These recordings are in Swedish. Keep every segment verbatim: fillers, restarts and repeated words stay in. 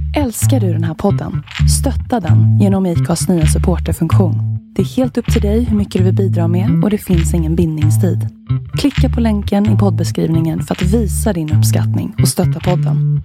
Älskar du den här podden? Stötta den genom I C A:s nya supporterfunktion. Det är helt upp till dig hur mycket du vill bidra med och det finns ingen bindningstid. Klicka på länken i poddbeskrivningen för att visa din uppskattning och stötta podden.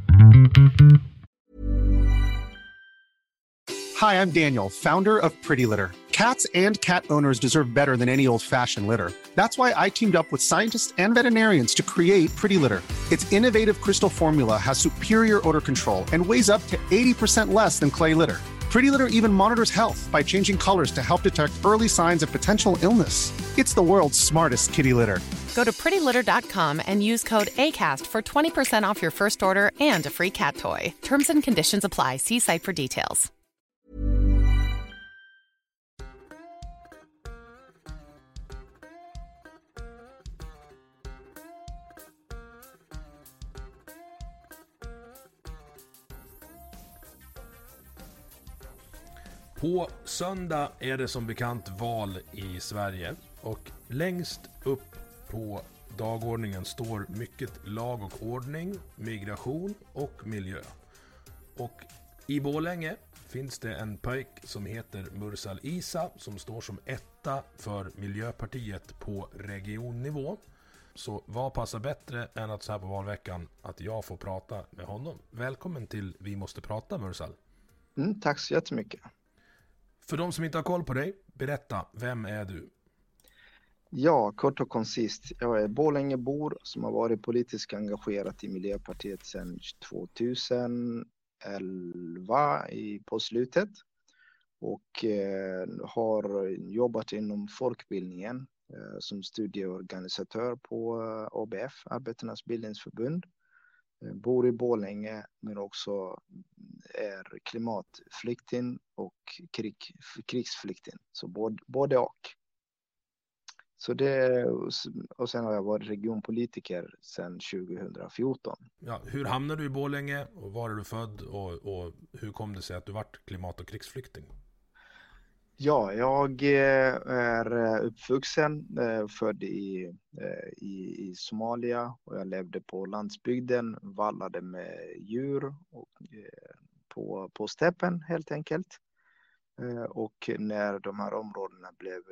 Hi, I'm Daniel, founder of Pretty Litter. Cats and cat owners deserve better than any old-fashioned litter. That's why I teamed up with scientists and veterinarians to create Pretty Litter. Its innovative crystal formula has superior odor control and weighs up to eighty percent less than clay litter. Pretty Litter even monitors health by changing colors to help detect early signs of potential illness. It's the world's smartest kitty litter. Go to pretty litter dot com and use code ACAST for twenty percent off your first order and a free cat toy. Terms and conditions apply. See site for details. På söndag är det som bekant val i Sverige och längst upp på dagordningen står mycket lag och ordning, migration och miljö. Och i Borlänge finns det en pojk som heter Mursal Isa som står som etta för Miljöpartiet på regionnivå. Så vad passar bättre än att så här på valveckan att jag får prata med honom. Välkommen till Vi måste prata, Mursal. Mm, tack så jättemycket. För de som inte har koll på dig, berätta, vem är du? Ja, kort och koncist. Jag är Borlängebor som har varit politiskt engagerad i Miljöpartiet sedan tjugohundraelva i, på slutet. Och eh, har jobbat inom folkbildningen eh, som studieorganisatör på eh, A B F, Arbetarnas bildningsförbund. Eh, bor i Borlänge men också är klimatflykting och krig, krigsflykting. Så både, både och. Så det, och sen har jag varit regionpolitiker sedan tjugohundrafjorton. Ja, hur hamnade du i Borlänge och var är du född och, och hur kom det sig att du vart klimat- och krigsflykting? Ja, jag är uppvuxen, född i, i, i Somalia och jag levde på landsbygden, vallade med djur och, på, på steppen helt enkelt. Och när de här områdena blev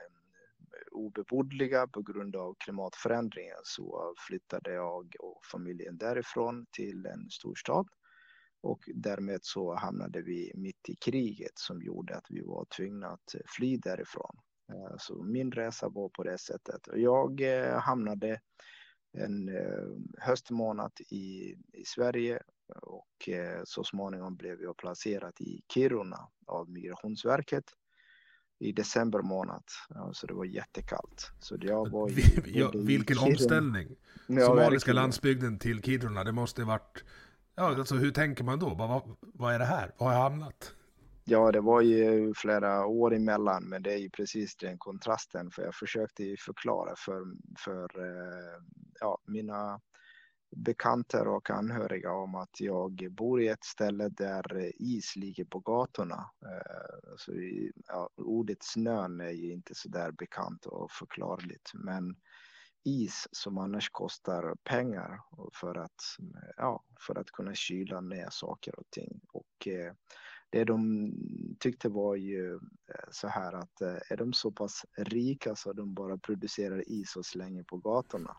obebodliga på grund av klimatförändringen så flyttade jag och familjen därifrån till en storstad. Och därmed så hamnade vi mitt i kriget som gjorde att vi var tvungna att fly därifrån. Så min resa var på det sättet. Jag hamnade en höstmånad i, i Sverige och så småningom blev jag placerad i Kiruna av Migrationsverket i december månad. Så det var jättekallt. Så jag var i, ja, vilken Kiruna. Omställning. Ja, somaliska verkligen. landsbygden till Kiruna, det måste ha varit... Ja, alltså hur tänker man då? Vad, vad är det här? Vad har jag hamnat? Ja, det var ju flera år emellan, men det är ju precis den kontrasten. För jag försökte ju förklara för, för ja, mina bekanta och anhöriga om att jag bor i ett ställe där is ligger på gatorna. Så ja, ordet snön är ju inte så där bekant och förklarligt, men is som annars kostar pengar för att, ja, för att kunna kyla ner saker och ting. Och eh, det de tyckte var ju så här att eh, är de så pass rika så de bara producerar is och slänger på gatorna.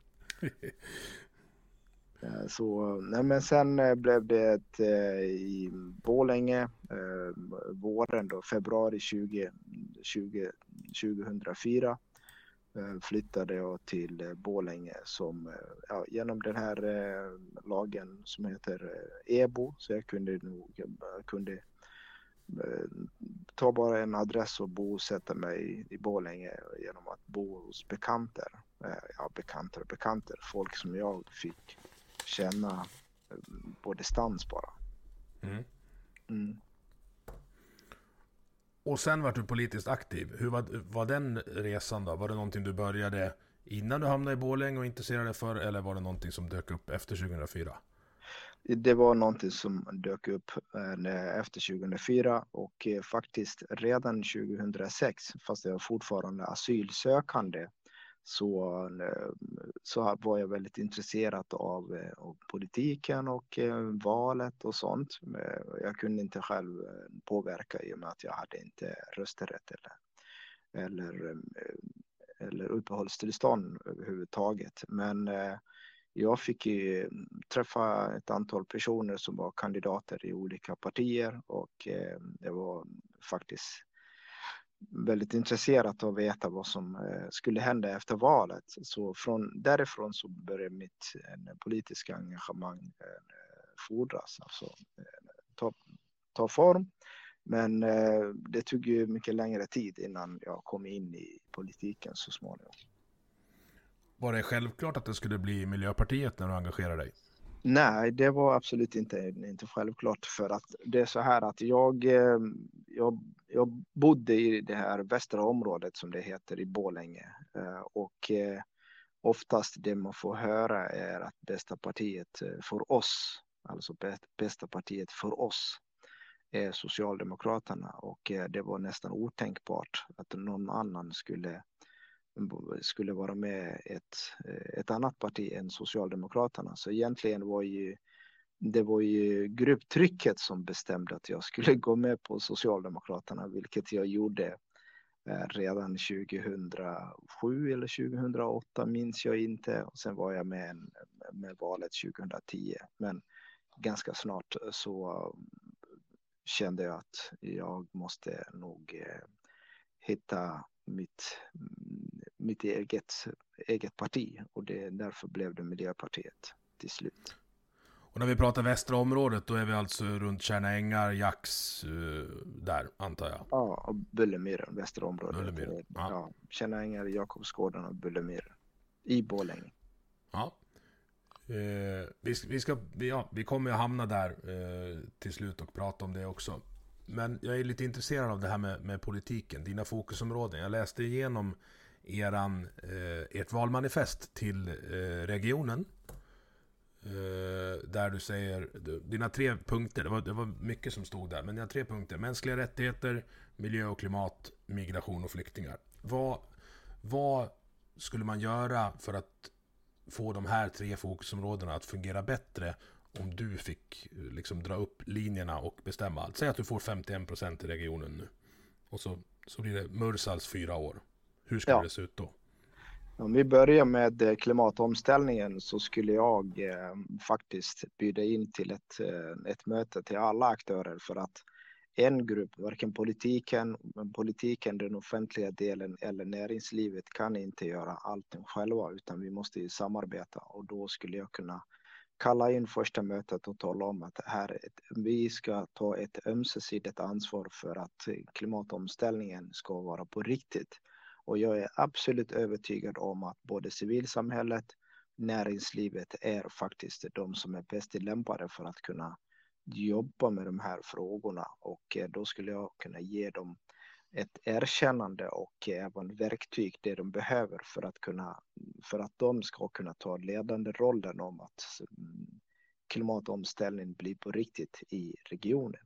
eh, så, nej, men sen eh, blev det ett, eh, i Borlänge eh, våren då, februari tjugo tjugo tjugohundrafyra. Flyttade jag till Borlänge som, ja, genom den här eh, lagen som heter eh, E B O, så jag kunde nog jag kunde eh, ta bara en adress och bosätta mig i Borlänge genom att bo hos bekanter, eh, ja bekanter och bekanter, folk som jag fick känna eh, på distans bara. Mm. Mm. Och sen var du politiskt aktiv. Hur var, var den resan då? Var det någonting du började innan du hamnade i Borlänge och intresserade dig för, eller var det någonting som dök upp efter tjugohundrafyra? Det var någonting som dök upp efter tjugohundrafyra och faktiskt redan tjugohundrasex, fast jag var fortfarande asylsökande, så, så var jag väldigt intresserad av, av politiken och valet och sånt. Jag kunde inte själv påverka i och med att jag hade inte rösträtt eller, eller, eller uppehållstillstånd överhuvudtaget. Men jag fick ju träffa ett antal personer som var kandidater i olika partier och det var faktiskt väldigt intresserat av att veta vad som skulle hända efter valet. Så från därifrån så började mitt politiska engagemang fordras, alltså ta, ta form. Men det tog ju mycket längre tid innan jag kom in i politiken så småningom. Var det självklart att det skulle bli Miljöpartiet när du engagerade dig? Nej, det var absolut inte, inte självklart, för att det är så här att jag, jag, jag bodde i det här västra området som det heter i Borlänge, och oftast det man får höra är att bästa partiet för oss, alltså bästa partiet för oss är Socialdemokraterna, och det var nästan otänkbart att någon annan skulle skulle vara med ett, ett annat parti än Socialdemokraterna. Så egentligen var ju det var ju grupptrycket som bestämde att jag skulle gå med på Socialdemokraterna, vilket jag gjorde redan tjugohundrasju eller tjugohundraåtta, minns jag inte. Och sen var jag med med valet tjugohundratio. Men ganska snart så kände jag att jag måste nog hitta mitt mitt eget, eget parti, och det, därför blev det Miljöpartiet till slut. Och när vi pratar västra området, då är vi alltså runt Tjärna ängar, Jax, där antar jag. Ja, och Bullemyren, västra området. Bullemyren, ja. Ja, Tjärna ängar, Jakobsgården och Bullemyren i Borlänge. Ja. Eh, vi, vi, ska, ja, vi kommer att hamna där eh, till slut och prata om det också. Men jag är lite intresserad av det här med, med politiken, dina fokusområden. Jag läste igenom eran, eh, ert valmanifest till eh, regionen. Eh, där du säger, dina tre punkter, det var, det var mycket som stod där, men dina tre punkter: mänskliga rättigheter, miljö och klimat, migration och flyktingar. Vad, vad skulle man göra för att få de här tre fokusområdena att fungera bättre om du fick liksom dra upp linjerna och bestämma allt? Säg att du får femtioen procent i regionen nu, och så, så blir det Mursals fyra år. Hur skulle ja. det se ut då? Om vi börjar med klimatomställningen, så skulle jag eh, faktiskt bjuda in till ett, eh, ett möte till alla aktörer, för att en grupp, varken politiken, politiken, den offentliga delen eller näringslivet kan inte göra allting själva, utan vi måste ju samarbeta. Och då skulle jag kunna kalla in första mötet och tala om att här, vi ska ta ett ömsesidigt ansvar för att klimatomställningen ska vara på riktigt. Och jag är absolut övertygad om att både civilsamhället, näringslivet är faktiskt de som är bäst lämpade för att kunna jobba med de här frågorna. Och då skulle jag kunna ge dem ett erkännande och även verktyg det de behöver för att kunna, för att de ska kunna ta ledande rollen om att klimatomställning blir på riktigt i regionen.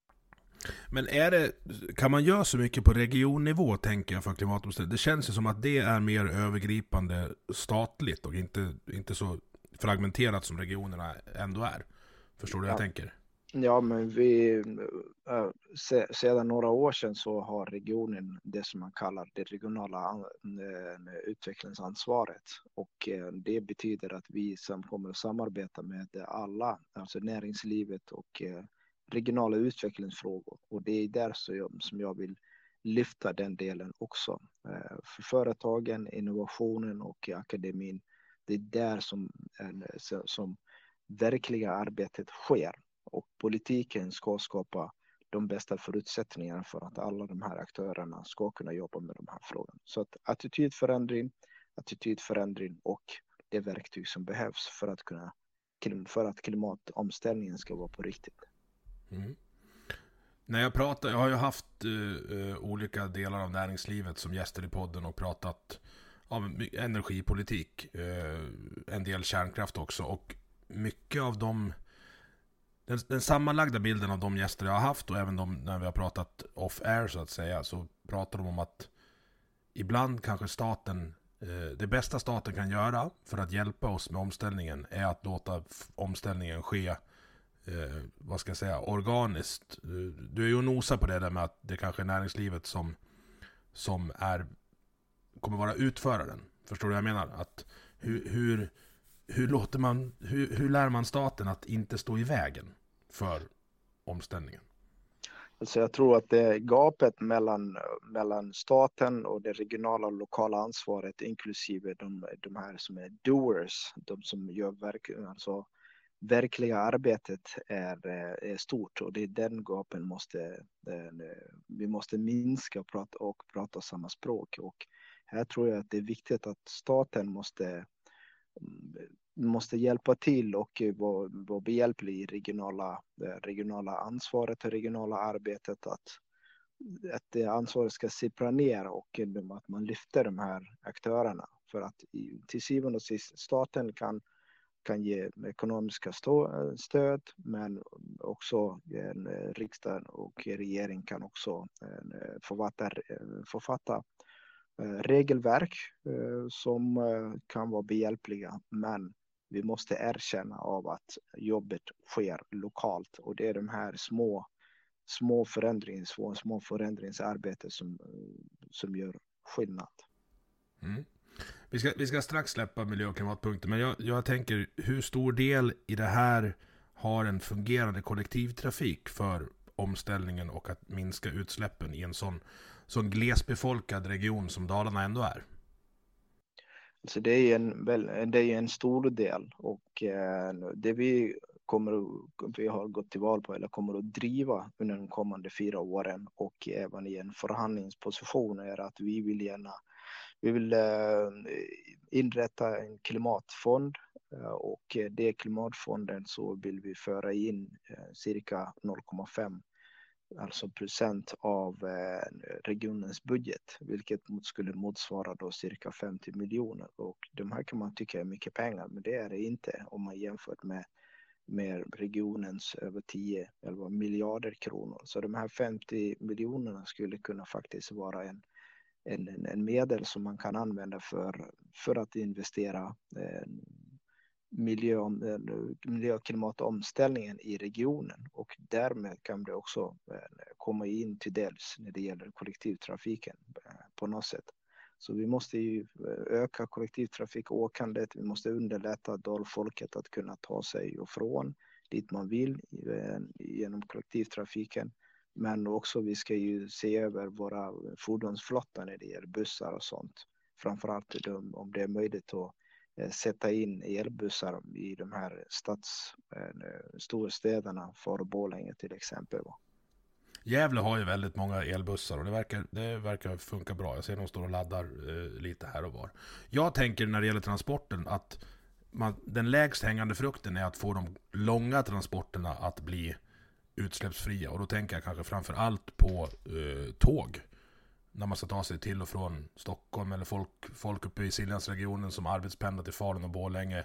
Men är det, kan man göra så mycket på regionnivå, tänker jag, för klimatomställning? Det känns ju som att det är mer övergripande statligt och inte, inte så fragmenterat som regionerna ändå är. Förstår du vad jag ja. tänker? Ja, men vi, äh, se, sedan några år sedan så har regionen det som man kallar det regionala äh, utvecklingsansvaret. Och äh, det betyder att vi som kommer att samarbeta med alla, alltså näringslivet och äh, regionala utvecklingsfrågor. Och det är där så jag, som jag vill lyfta den delen också. Äh, för företagen, innovationen och akademin, det är där som, äh, som verkliga arbetet sker. Och politiken ska skapa de bästa förutsättningarna för att alla de här aktörerna ska kunna jobba med de här frågorna. Så att attitydförändring, attitydförändring och det verktyg som behövs för att kunna, för att klimatomställningen ska vara på riktigt. Mm. När jag pratar, jag har ju haft uh, olika delar av näringslivet som gäster i podden och pratat om energipolitik, uh, en del kärnkraft också, och mycket av dem, den, den sammanlagda bilden av de gäster jag har haft och även de när vi har pratat off-air så att säga, så pratar de om att ibland kanske staten Det bästa staten kan göra för att hjälpa oss med omställningen är att låta omställningen ske eh, vad ska jag säga, organiskt. Du är ju nosa på det där med att det kanske är näringslivet som, som är, kommer vara utföraren. Förstår du vad jag menar? Att hur, hur, hur, låter man, hur, hur lär man staten att inte stå i vägen för omställningen? Alltså jag tror att det gapet mellan, mellan staten och det regionala och lokala ansvaret, inklusive de, de här som är doers, de som gör verk, alltså verkliga arbetet, är, är stort, och det är den gapen måste, vi måste minska och prata, och prata samma språk. Och här tror jag att det är viktigt att staten måste måste hjälpa till och vara, vara behjälplig i regionala, regionala ansvaret och regionala arbetet, att, att det ansvaret ska sippra ner och att man lyfter de här aktörerna, för att till syvende och sist staten kan, kan ge ekonomiska stå, stöd, men också en, riksdag och regering kan också en, författa, författa regelverk som kan vara behjälpliga, men vi måste erkänna av att jobbet sker lokalt, och det är de här små små förändrings, små förändringsarbete som, som gör skillnad. Mm. Vi ska, vi ska strax släppa miljö- och klimatpunkter, men jag, jag tänker, hur stor del i det här har en fungerande kollektivtrafik för omställningen och att minska utsläppen i en sån, sån glesbefolkad region som Dalarna ändå är? Så det är en, det är en stor del, och det vi kommer vi har gått till val på eller kommer att driva under de kommande fyra åren och även i en förhandlingsposition är att vi vill gärna vi vill inrätta en klimatfond, och det klimatfonden så vill vi föra in cirka noll komma fem alltså procent av regionens budget, vilket skulle motsvara då cirka femtio miljoner, och de här kan man tycka är mycket pengar, men det är det inte om man jämfört med med regionens över tio elva miljarder kronor. Så de här femtio miljonerna skulle kunna faktiskt vara en en, en medel som man kan använda för för att investera eh, miljö, miljö- och klimatomställningen i regionen, och därmed kan det också komma in till dels när det gäller kollektivtrafiken på något sätt. Så vi måste ju öka kollektivtrafikåkandet, vi måste underlätta dalfolket att kunna ta sig och från dit man vill genom kollektivtrafiken, men också vi ska ju se över våra fordonsflotta när det gäller bussar och sånt, framförallt om det är möjligt att sätta in elbussar i de här stads, storstäderna, för Borlänge till exempel. Gävle har ju väldigt många elbussar och det verkar, det verkar funka bra. Jag ser de står och laddar eh, lite här och var. Jag tänker när det gäller transporten att man, den lägst hängande frukten är att få de långa transporterna att bli utsläppsfria. Och då tänker jag kanske framför allt på eh, tåg. När man ska ta sig till och från Stockholm eller folk, folk uppe i Siljansregionen som arbetspendlar till Falun och Borlänge.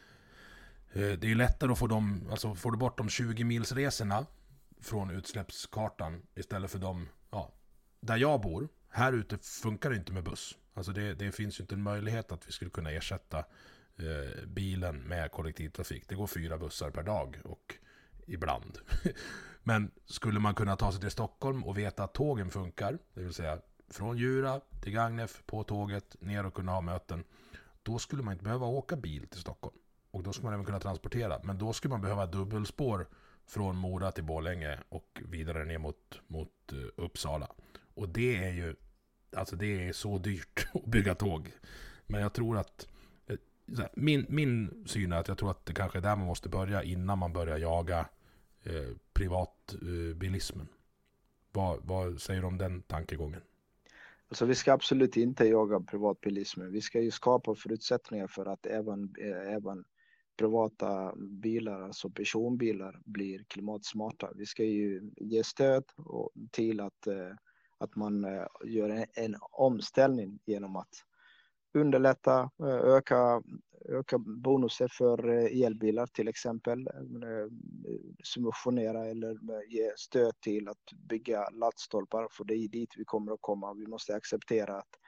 Det är lättare att få dem, alltså får du bort de tjugo milsresorna från utsläppskartan istället för de, ja, där jag bor. Här ute funkar det inte med buss. Alltså det, det finns ju inte en möjlighet att vi skulle kunna ersätta eh, bilen med kollektivtrafik. Det går fyra bussar per dag och ibland. Men skulle man kunna ta sig till Stockholm och veta att tågen funkar, det vill säga från Djura till Gagnef på tåget ner och kunna ha möten, då skulle man inte behöva åka bil till Stockholm. Och då skulle man även kunna transportera. Men då skulle man behöva dubbelspår från Mora till Borlänge och vidare ner mot, mot uh, Uppsala. Och det är ju, alltså det är så dyrt att bygga tåg. Men jag tror att uh, min, min syn är att jag tror att det kanske är där man måste börja innan man börjar jaga uh, privatbilismen. Uh, vad, vad säger du om den tankegången? Alltså vi ska absolut inte jaga privatbilismen. Vi ska ju skapa förutsättningar för att även, även privata bilar, alltså personbilar, blir klimatsmarta. Vi ska ju ge stöd till att, att man gör en, en omställning genom att underlätta, öka, öka bonuser för elbilar till exempel, subventionera eller ge stöd till att bygga laddstolpar, för det är dit vi kommer att komma. Vi måste acceptera att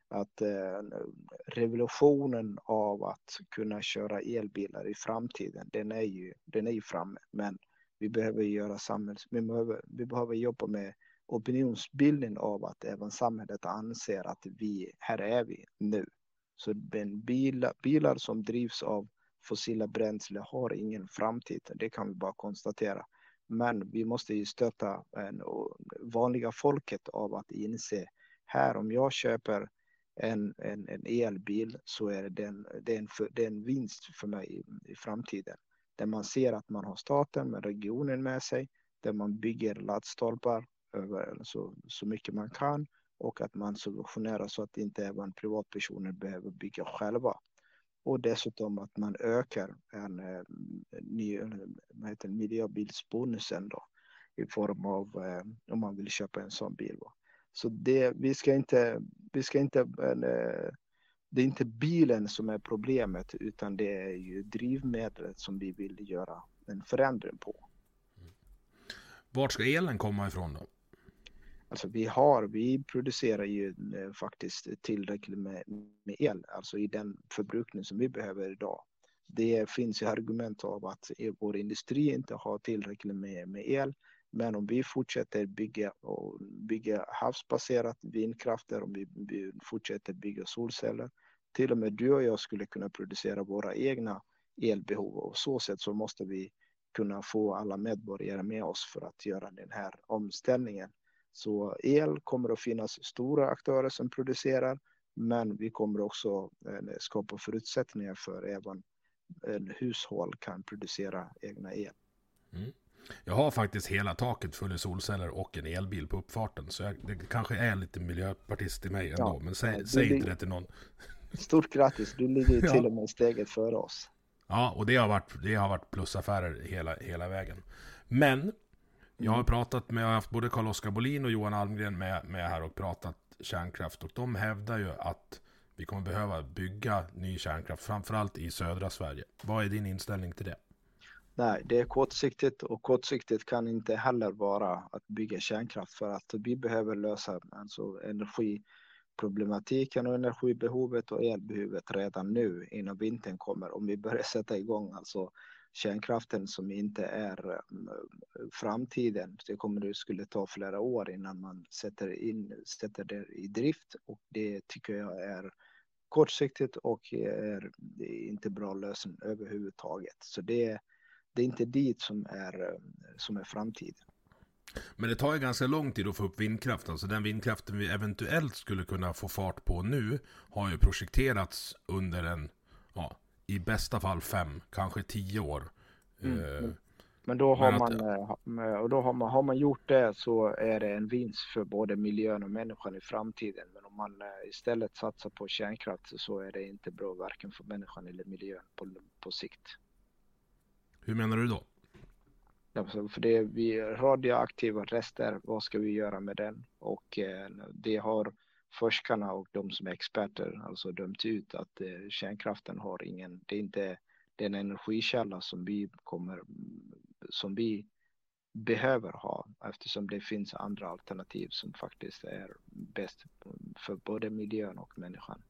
att eh, revolutionen av att kunna köra elbilar i framtiden, den är ju, den är ju framme. Men vi behöver göra samhälls... Vi behöver, vi behöver jobba med opinionsbildning av att även samhället anser att vi, här är vi nu. Så bilar, bilar som drivs av fossila bränsle har ingen framtid. Det kan vi bara konstatera. Men vi måste ju stötta en, vanliga folket av att inse här, om jag köper en, en, en elbil så är det en, det, är en, det är en vinst för mig i, i framtiden. Där man ser att man har staten med regionen med sig. Där man bygger laddstolpar över så, så mycket man kan. Och att man subventionerar så att inte även privatpersoner behöver bygga själva. Och dessutom att man ökar en, en, ny, vad heter, miljöbilsbonusen då, i form av eh, om man vill köpa en sån bil. Då. Så det, vi ska inte, vi ska inte eh, det är inte bilen som är problemet, utan det är ju drivmedlet som vi vill göra en förändring på. Vart ska elen komma ifrån då? Alltså vi har, vi producerar ju eh, faktiskt tillräckligt med, med el, alltså i den förbrukning som vi behöver idag. Det finns ju argument av att vår industri inte har tillräckligt med, med el, men om vi fortsätter bygga, och bygga havsbaserat vindkrafter, om vi, vi fortsätter bygga solceller, till och med du och jag skulle kunna producera våra egna elbehov, och så sätt så måste vi kunna få alla medborgare med oss för att göra den här omställningen. Så el kommer att finnas stora aktörer som producerar, men vi kommer också eh, skapa förutsättningar för även en hushåll kan producera egna el. Mm. Jag har faktiskt hela taket full i solceller och en elbil på uppfarten, så jag, det kanske är lite miljöpartist i mig ändå, ja, men säg, ja, säg inte det till någon. Stort grattis, du ligger till och med steget före oss. Ja, och det har varit, det har varit plusaffärer hela, hela vägen. Men jag har pratat med, jag har haft både Carl-Oskar Bolin och Johan Almgren med, med här och pratat kärnkraft, och de hävdar ju att vi kommer behöva bygga ny kärnkraft, framförallt i södra Sverige. Vad är din inställning till det? Nej, det är kortsiktigt, och kortsiktigt kan inte heller vara att bygga kärnkraft, för att vi behöver lösa alltså energiproblematiken och energibehovet och elbehovet redan nu innan vintern kommer. Om vi börjar sätta igång alltså kärnkraften som inte är framtiden, det kommer det skulle ta flera år innan man sätter in sätter det i drift, och det tycker jag är kortsiktigt och är, det är inte bra lösning överhuvudtaget. Så det, det är inte dit som är, som är framtiden. Men det tar ju ganska lång tid att få upp vindkraft. Alltså den vindkraften vi eventuellt skulle kunna få fart på nu har ju projekterats under en, ja, i bästa fall fem, kanske tio år. Mm. Uh, men då har men att, man, och då har man, har man gjort det, så är det en vinst för både miljön och människan i framtiden. Men om man istället satsar på kärnkraft, så är det inte bra varken för människan eller miljön på, på sikt. Hur menar du då? För det är vi radioaktiva rester, vad ska vi göra med den? Och eh, det har forskarna och de som är experter alltså dömt ut att eh, kärnkraften har ingen, det är inte den energikälla som vi kommer, som vi behöver ha, eftersom det finns andra alternativ som faktiskt är bäst för både miljön och människan.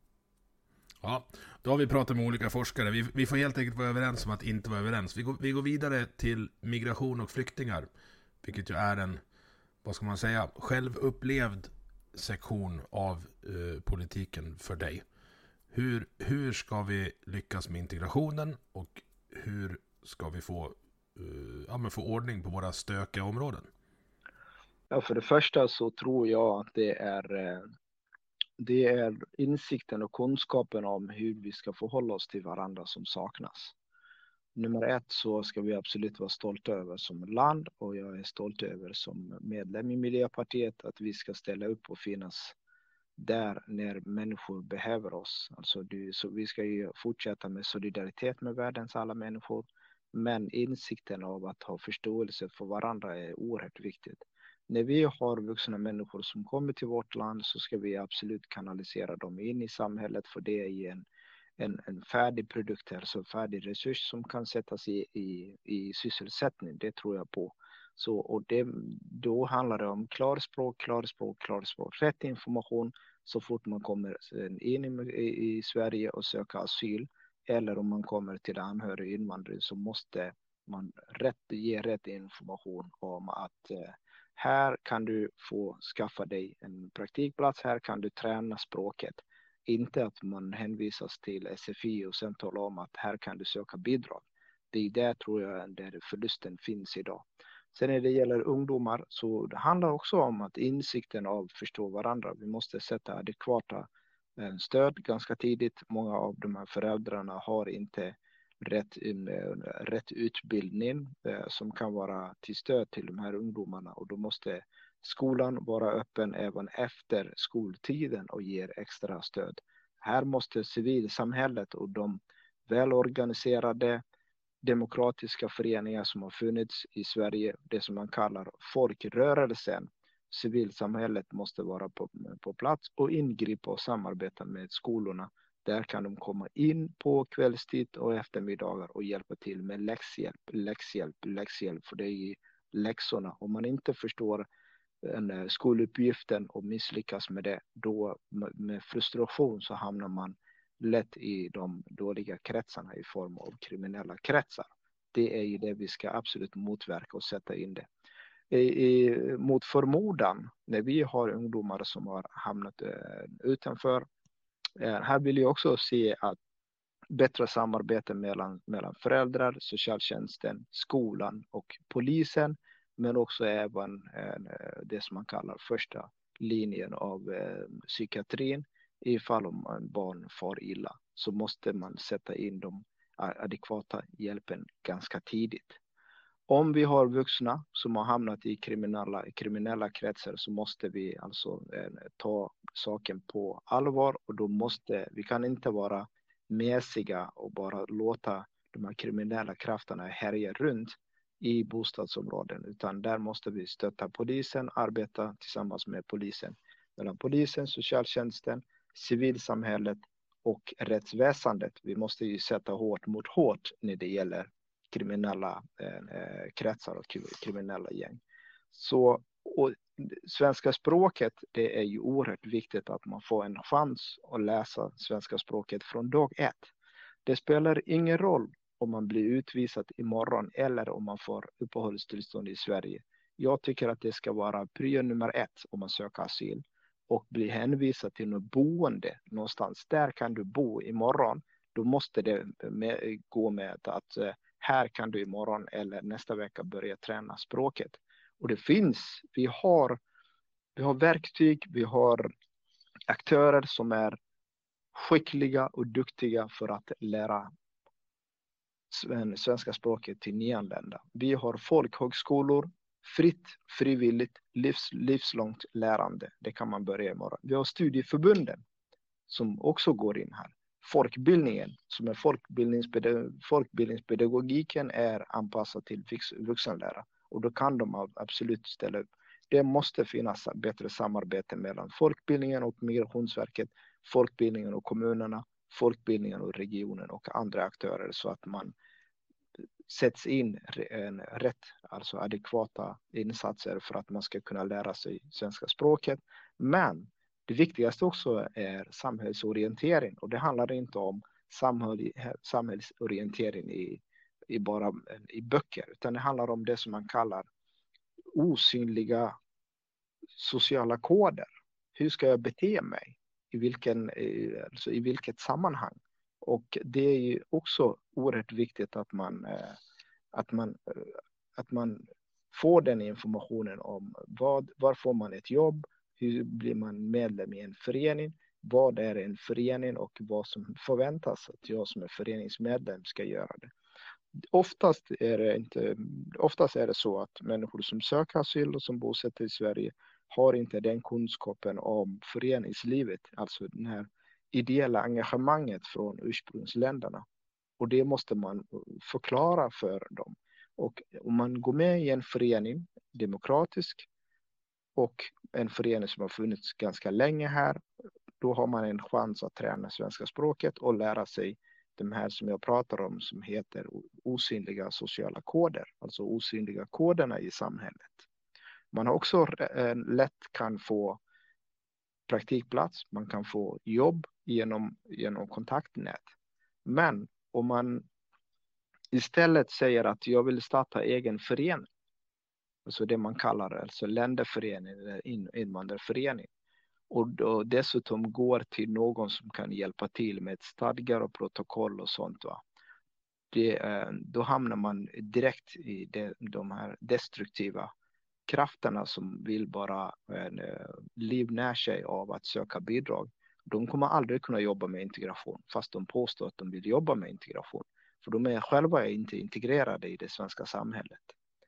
Ja, då har vi pratat med olika forskare. Vi, vi får helt enkelt vara överens om att inte vara överens. Vi går, vi går vidare till migration och flyktingar, vilket ju är en, vad ska man säga, självupplevd sektion av eh, politiken för dig. Hur, hur ska vi lyckas med integrationen, och hur ska vi få, eh, ja, men få ordning på våra stökiga områden? Ja, för det första så tror jag att det är eh... det är insikten och kunskapen om hur vi ska förhålla oss till varandra som saknas. Nummer ett så ska vi absolut vara stolta över som land, och jag är stolt över som medlem i Miljöpartiet att vi ska ställa upp och finnas där när människor behöver oss. Alltså det, så vi ska ju fortsätta med solidaritet med världens alla människor, men insikten av att ha förståelse för varandra är oerhört viktigt. När vi har vuxna människor som kommer till vårt land, så ska vi absolut kanalisera dem in i samhället, för det är en, en, en färdig produkt, alltså en färdig resurs som kan sättas i, i, i sysselsättning. Det tror jag på. Så, och det, då handlar det om klarspråk, klarspråk, klarspråk, rätt information så fort man kommer in i, i Sverige och söker asyl, eller om man kommer till anhörig invandring, så måste man rätt, ge rätt information om att eh, här kan du få skaffa dig en praktikplats, här kan du träna språket. Inte att man hänvisas till S F I och sen talar om att här kan du söka bidrag. Det är där, tror jag, där förlusten finns idag. Sen när det gäller ungdomar så det handlar också om att insikten av att förstå varandra. Vi måste sätta adekvata stöd ganska tidigt. Många av de här föräldrarna har inte rätt, rätt utbildning som kan vara till stöd till de här ungdomarna, och då måste skolan vara öppen även efter skoltiden och ge extra stöd. Här måste civilsamhället och de välorganiserade demokratiska föreningar som har funnits i Sverige, det som man kallar folkrörelsen, civilsamhället måste vara på, på plats och ingripa och samarbeta med skolorna. Där kan de komma in på kvällstid och eftermiddagar och hjälpa till med läxhjälp, läxhjälp, läxhjälp, för det är ju läxorna. Om man inte förstår en skoluppgiften och misslyckas med det, då med frustration så hamnar man lätt i de dåliga kretsarna i form av kriminella kretsar. Det är ju det vi ska absolut motverka och sätta in det. I, i, mot förmodan, när vi har ungdomar som har hamnat eh, utanför, eh, här vill jag också se att bättre samarbete mellan, mellan föräldrar, socialtjänsten, skolan och polisen, men också även eh, det som man kallar första linjen av eh, psykiatrin. Ifall om en barn far illa så måste man sätta in de adekvata hjälpen ganska tidigt. Om vi har vuxna som har hamnat i kriminella, kriminella kretsar så måste vi alltså eh, ta saken på allvar, och då måste vi kan inte vara mässiga och bara låta de här kriminella krafterna härja runt i bostadsområden, utan där måste vi stötta polisen, arbeta tillsammans med polisen, mellan polisen, socialtjänsten, civilsamhället och rättsväsendet. Vi måste ju sätta hårt mot hårt när det gäller kriminella eh, kretsar och kriminella gäng. Så och svenska språket, det är ju oerhört viktigt att man får en chans att läsa svenska språket från dag ett. Det spelar ingen roll om man blir utvisad imorgon eller om man får uppehållstillstånd i Sverige. Jag tycker att det ska vara prio nummer ett om man söker asyl och blir hänvisad till något boende någonstans. Där kan du bo imorgon. Då måste det med, gå med att eh, här kan du imorgon eller nästa vecka börja träna språket. Och det finns, vi har, vi har verktyg, vi har aktörer som är skickliga och duktiga för att lära svenska språket till nyanlända. Vi har folkhögskolor, fritt, frivilligt, livs, livslångt lärande. Det kan man börja imorgon. Vi har studieförbunden som också går in här. Folkbildningen, som är folkbildningspedagog, folkbildningspedagogiken är anpassad till vuxenlära. Och då kan de absolut ställa upp. Det måste finnas bättre samarbete mellan folkbildningen och Migrationsverket, folkbildningen och kommunerna, folkbildningen och regionen och andra aktörer, så att man sätts in en rätt, alltså adekvata insatser för att man ska kunna lära sig svenska språket. Men det viktigaste också är samhällsorientering, och det handlar inte om samhäll, samhällsorientering i, i bara i böcker, utan det handlar om det som man kallar osynliga sociala koder. Hur ska jag bete mig? I, vilken, alltså i vilket sammanhang? Och det är ju också oerhört viktigt att man, att man, att man får den informationen om vad, var får man ett jobb, hur blir man medlem i en förening, vad är en förening och vad som förväntas att jag som är föreningsmedlem ska göra det. Oftast är det, inte, oftast är det så att människor som söker asyl och som bosätter i Sverige har inte den kunskapen om föreningslivet, alltså den här ideella engagemanget från ursprungsländerna. Och det måste man förklara för dem. Och om man går med i en förening, demokratisk, och en förening som har funnits ganska länge här, då har man en chans att träna svenska språket och lära sig de här som jag pratar om som heter osynliga sociala koder, alltså osynliga koderna i samhället. Man har också eh, lätt kan få praktikplats, man kan få jobb genom, genom kontaktnät. Men om man istället säger att jag vill starta egen förening, alltså det man kallar alltså länderförening eller invandrarförening, och då dessutom går till någon som kan hjälpa till med stadgar och protokoll och sånt, va? Det, då hamnar man direkt i det, de här destruktiva krafterna som vill bara eh, livnära sig av att söka bidrag. De kommer aldrig kunna jobba med integration, fast de påstår att de vill jobba med integration. För de är själva inte integrerade i det svenska samhället.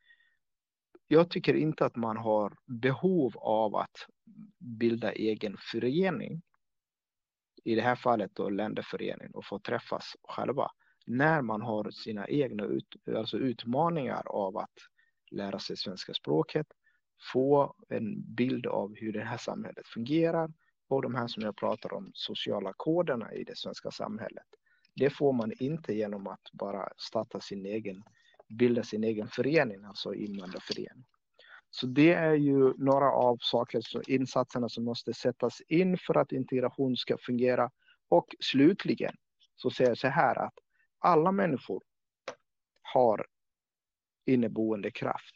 Jag tycker inte att man har behov av att bilda egen förening, i det här fallet då länderförening, och få träffas själva när man har sina egna ut, alltså utmaningar av att lära sig svenska språket, få en bild av hur det här samhället fungerar och de här som jag pratar om, sociala koderna i det svenska samhället. Det får man inte genom att bara starta sin egen, bilda sin egen förening, alltså invandrarförening. Så det är ju några av saker, så insatserna som måste sättas in för att integration ska fungera. Och slutligen så säger jag så här att alla människor har inneboende kraft.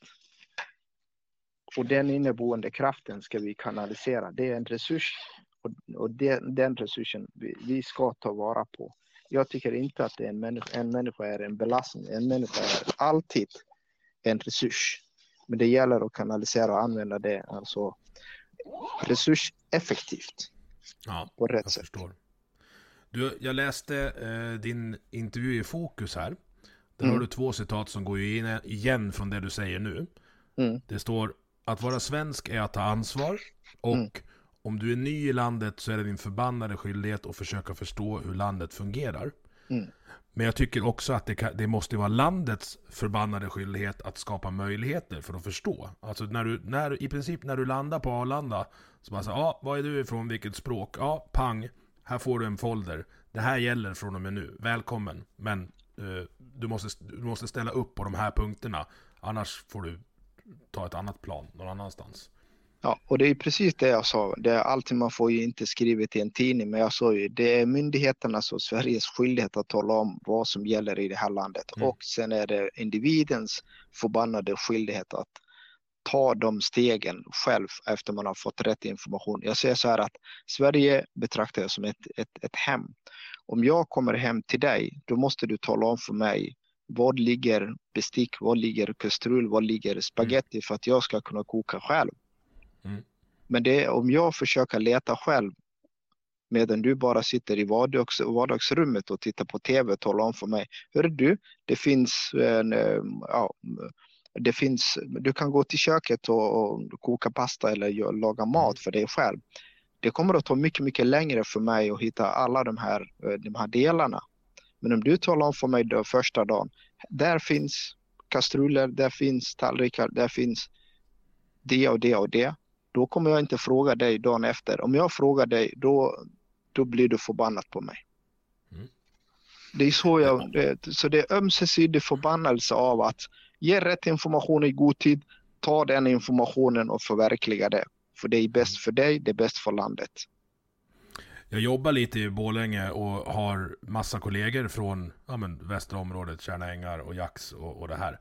Och den inneboende kraften ska vi kanalisera. Det är en resurs, och, och det, den resursen vi, vi ska ta vara på. Jag tycker inte att det är en, människa, en människa är en belastning. En människa är alltid en resurs. Men det gäller att kanalisera och använda det, alltså resurseffektivt. Ja, på rätt jag sätt. Förstår. Du, jag läste eh, din intervju i Fokus här. Där Mm. har du två citat som går ju in igen från det du säger nu. Mm. Det står: att vara svensk är att ta ansvar, och Mm. om du är ny i landet så är det din förbannade skyldighet att försöka förstå hur landet fungerar. Mm. Men jag tycker också att det, kan, det måste vara landets förbannade skyldighet att skapa möjligheter för att förstå. Alltså när du, när, i princip när du landar på Arlanda så bara så, ja, vad är du ifrån, vilket språk? Ja, pang, här får du en folder. Det här gäller från och med nu. Välkommen. Men eh, du, måste, du måste ställa upp på de här punkterna. Annars får du ta ett annat plan någon annanstans. Ja, och det är precis det jag sa. Det är alltid, man får ju inte skrivit i en tidning, men jag sa ju, det är myndigheternas och Sveriges skyldighet att tala om vad som gäller i det här landet. Mm. Och sen är det individens förbannade skyldighet att ta de stegen själv efter man har fått rätt information. Jag säger så här att Sverige betraktar jag som ett, ett, ett hem. Om jag kommer hem till dig, då måste du tala om för mig vad ligger bestick, vad ligger kastrull, vad ligger spaghetti, för att jag ska kunna koka själv. Mm. Men det är om jag försöker leta själv medan du bara sitter i vardags, vardagsrummet och tittar på tv och talar om för mig, hör du, det finns en, ja, det finns, du kan gå till köket och, och koka pasta eller laga mat för dig själv. Det kommer att ta mycket, mycket längre för mig att hitta alla de här, de här delarna. Men om du talar om för mig då, första dagen, där finns kastruller, där finns tallrikar, där finns det och det och det. Då kommer jag inte fråga dig dagen efter. Om jag frågar dig, då, då blir du förbannad på mig. Mm. Det är så jag, det, så det är ömsesidig förbannelse av att ge rätt information i god tid, ta den informationen och förverkliga det. För det är bäst för dig, det är bäst för landet. Jag jobbar lite i Borlänge och har massa kollegor från ja, men, västra området, Tjärna ängar och Jax och, och det här.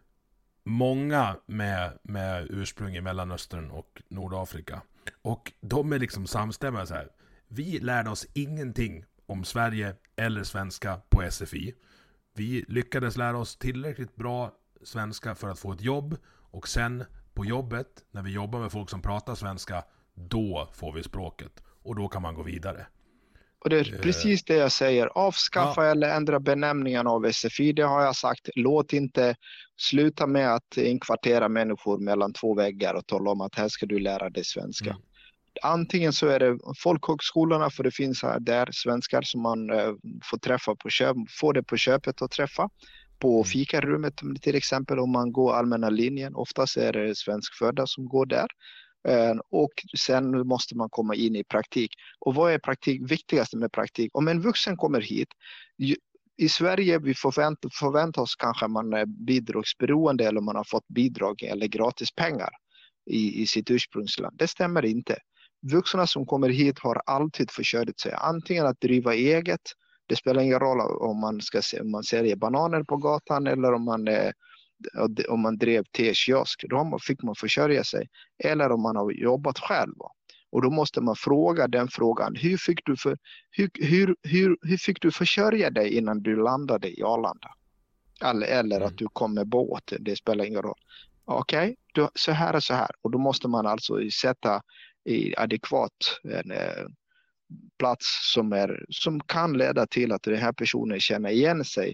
Många med, med ursprung i Mellanöstern och Nordafrika. Och de är liksom samstämmiga så här. Vi lärde oss ingenting om Sverige eller svenska på S F I. Vi lyckades lära oss tillräckligt bra svenska för att få ett jobb. Och sen på jobbet, när vi jobbar med folk som pratar svenska, då får vi språket. Och då kan man gå vidare. Och det är uh, precis det jag säger. Avskaffa ja. eller ändra benämningen av S F I. Det har jag sagt. Låt inte sluta med att inkvartera människor mellan två väggar och tala om att här ska du lära dig svenska. Mm. Antingen så är det folkhögskolorna, för det finns här där svenskar som man uh, får träffa på köp, får det på köpet att träffa. På fikarummet till exempel, om man går allmänna linjen. Oftast är det svenskfödda som går där. Och sen måste man komma in i praktik. Och vad är praktik? Viktigaste med praktik? Om en vuxen kommer hit, i Sverige vi förväntar, förväntar oss kanske man är bidragsberoende eller man har fått bidrag eller gratis pengar i, i sitt ursprungsland. Det stämmer inte. Vuxna som kommer hit har alltid försörjt sig. Antingen att driva eget. Det spelar ingen roll om man, ska, om man säljer bananer på gatan eller om man, eh, om man drev tekiosk. Då fick man försörja sig. Eller om man har jobbat själv. Och då måste man fråga den frågan. Hur fick du, för, hur, hur, hur, hur fick du försörja dig innan du landade i Arlanda? Eller, eller att du kom med båt. Det spelar ingen roll. Okej, okay, så här och så här. Och då måste man alltså sätta i adekvat en eh, plats som, är, som kan leda till att den här personen känner igen sig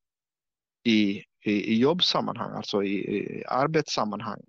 i, i, i jobbsammanhang, alltså i, i arbetssammanhang.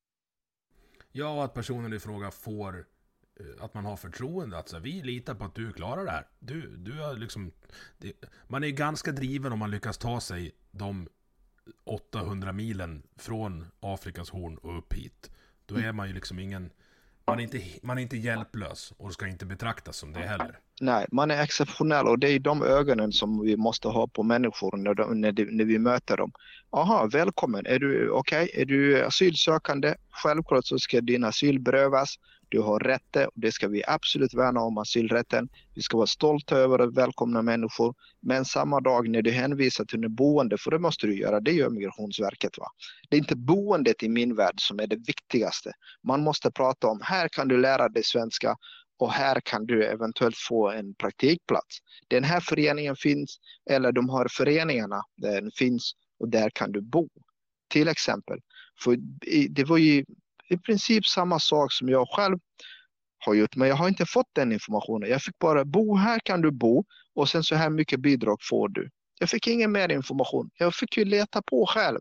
Ja, att personen i fråga får, att man har förtroende, att så, vi litar på att du klarar det här. Du, du har liksom, det, man är ganska driven om man lyckas ta sig de åttahundra milen från Afrikas horn och upp hit. Då är man ju liksom ingen, man är inte, man är inte hjälplös och ska inte betraktas som det heller. Nej, man är exceptionell och det är de ögonen som vi måste ha på människor när, de, när, de, när vi möter dem. Aha, välkommen. Är du okej? Okay? Är du asylsökande? Självklart så ska din asyl berövas. Du har rätte och det ska vi absolut värna om, asylrätten. Vi ska vara stolta över att välkomna människor. Men samma dag när du hänvisar till en boende, för det måste du göra, det gör Migrationsverket. Va? Det är inte boendet i min värld som är det viktigaste. Man måste prata om, här kan du lära dig svenska och här kan du eventuellt få en praktikplats. Den här föreningen finns, eller de här föreningarna den finns och där kan du bo. Till exempel. För det var ju i princip samma sak som jag själv har gjort. Men jag har inte fått den informationen. Jag fick bara bo, här kan du bo. Och sen så här mycket bidrag får du. Jag fick ingen mer information. Jag fick ju leta på själv.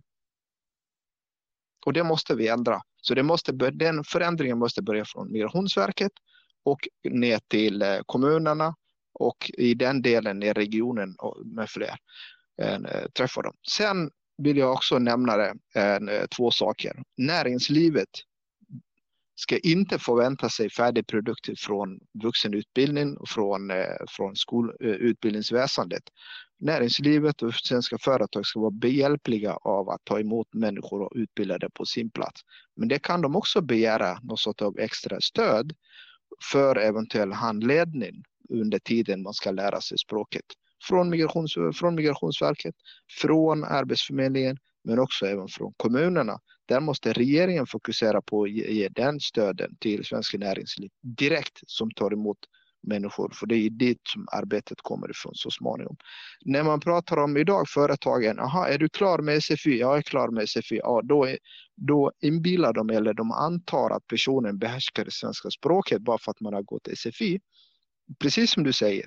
Och det måste vi ändra. Så det måste, den förändringen måste börja från Migrationsverket och ner till kommunerna. Och i den delen i regionen med fler äh, träffar dem. Sen vill jag också nämna det, äh, två saker. Näringslivet ska inte förvänta sig färdig produkter från vuxenutbildning och från, eh, från skolutbildningsväsendet. Näringslivet och svenska företag ska vara behjälpliga av att ta emot människor och utbildade på sin plats. Men det kan de också begära något sorts av extra stöd för eventuell handledning under tiden man ska lära sig språket. Från, migrations, från Migrationsverket, från Arbetsförmedlingen, men också även från kommunerna. Där måste regeringen fokusera på att ge, ge den stöden till svenska näringsliv direkt som tar emot människor. För det är dit som arbetet kommer ifrån så småningom. När man pratar om idag företagen, aha, är du klar med S F I? Jag är klar med S F I. Ja, då, är, då inbillar de eller de antar att personen behärskar det svenska språket bara för att man har gått S F I. Precis som du säger.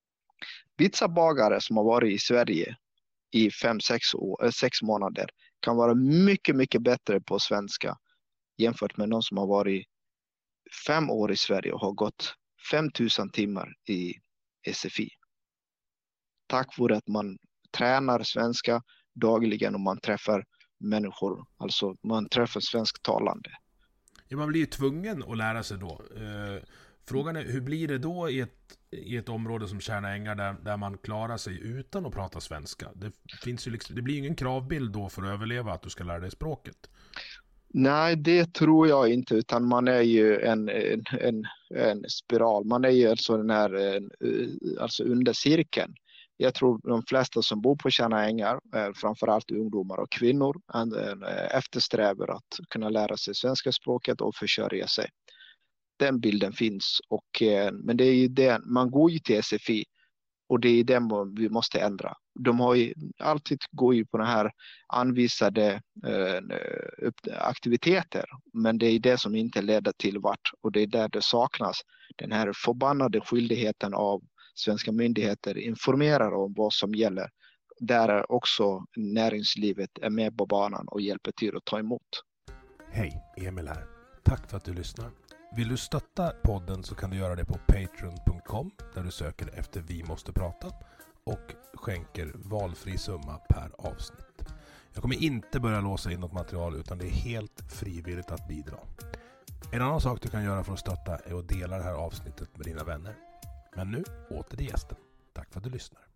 Pizzabagare som har varit i Sverige i fem, sex, år, sex månader kan vara mycket, mycket bättre på svenska jämfört med någon som har varit fem år i Sverige och har gått fem tusen timmar i S F I. Tack vare att man tränar svenska dagligen och man träffar människor, alltså man träffar svensktalande. Ja, man blir ju tvungen att lära sig då. Eh, frågan är, hur blir det då i ett, i ett område som Tjärna Ängar där, där man klarar sig utan att prata svenska? Det, finns ju liksom, det blir ju ingen kravbild då för att överleva att du ska lära dig språket. Nej, det tror jag inte, utan man är ju en, en, en, en spiral. Man är ju alltså den här en, alltså under cirkeln. Jag tror de flesta som bor på Tjärna Ängar, framförallt ungdomar och kvinnor, eftersträvar att kunna lära sig svenska språket och försörja sig. Den bilden finns, och, men det är ju det, man går ju till S F I och det är den vi måste ändra. De har ju alltid går ju på den här anvisade eh, aktiviteter, men det är det som inte leder till vart, och det är där det saknas den här förbannade skyldigheten av svenska myndigheter informerar om vad som gäller. Där också näringslivet är med på banan och hjälper till att ta emot. Hej, Emil här. Tack för att du lyssnar. Vill du stötta podden så kan du göra det på patreon punkt com där du söker efter Vi måste prata och skänker valfri summa per avsnitt. Jag kommer inte börja låsa in något material utan det är helt frivilligt att bidra. En annan sak du kan göra för att stötta är att dela det här avsnittet med dina vänner. Men nu åter till gästen. Tack för att du lyssnar.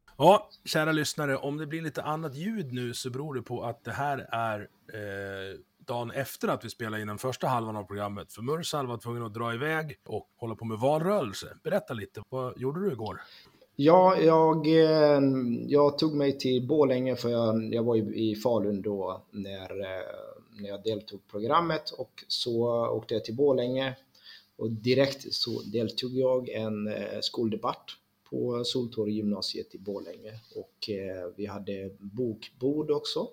Ja, kära lyssnare, om det blir lite annat ljud nu så beror det på att det här är eh, dagen efter att vi spelade in den första halvan av programmet. För Mursal var tvungen att dra iväg och hålla på med valrörelse. Berätta lite, vad gjorde du igår? Ja, jag, jag tog mig till Borlänge för jag, jag var i Falun då när, när jag deltog i programmet, och så åkte jag till Borlänge och direkt så deltog jag en skoldebatt på Soltorg gymnasiet i Borlänge, och vi hade bokbord också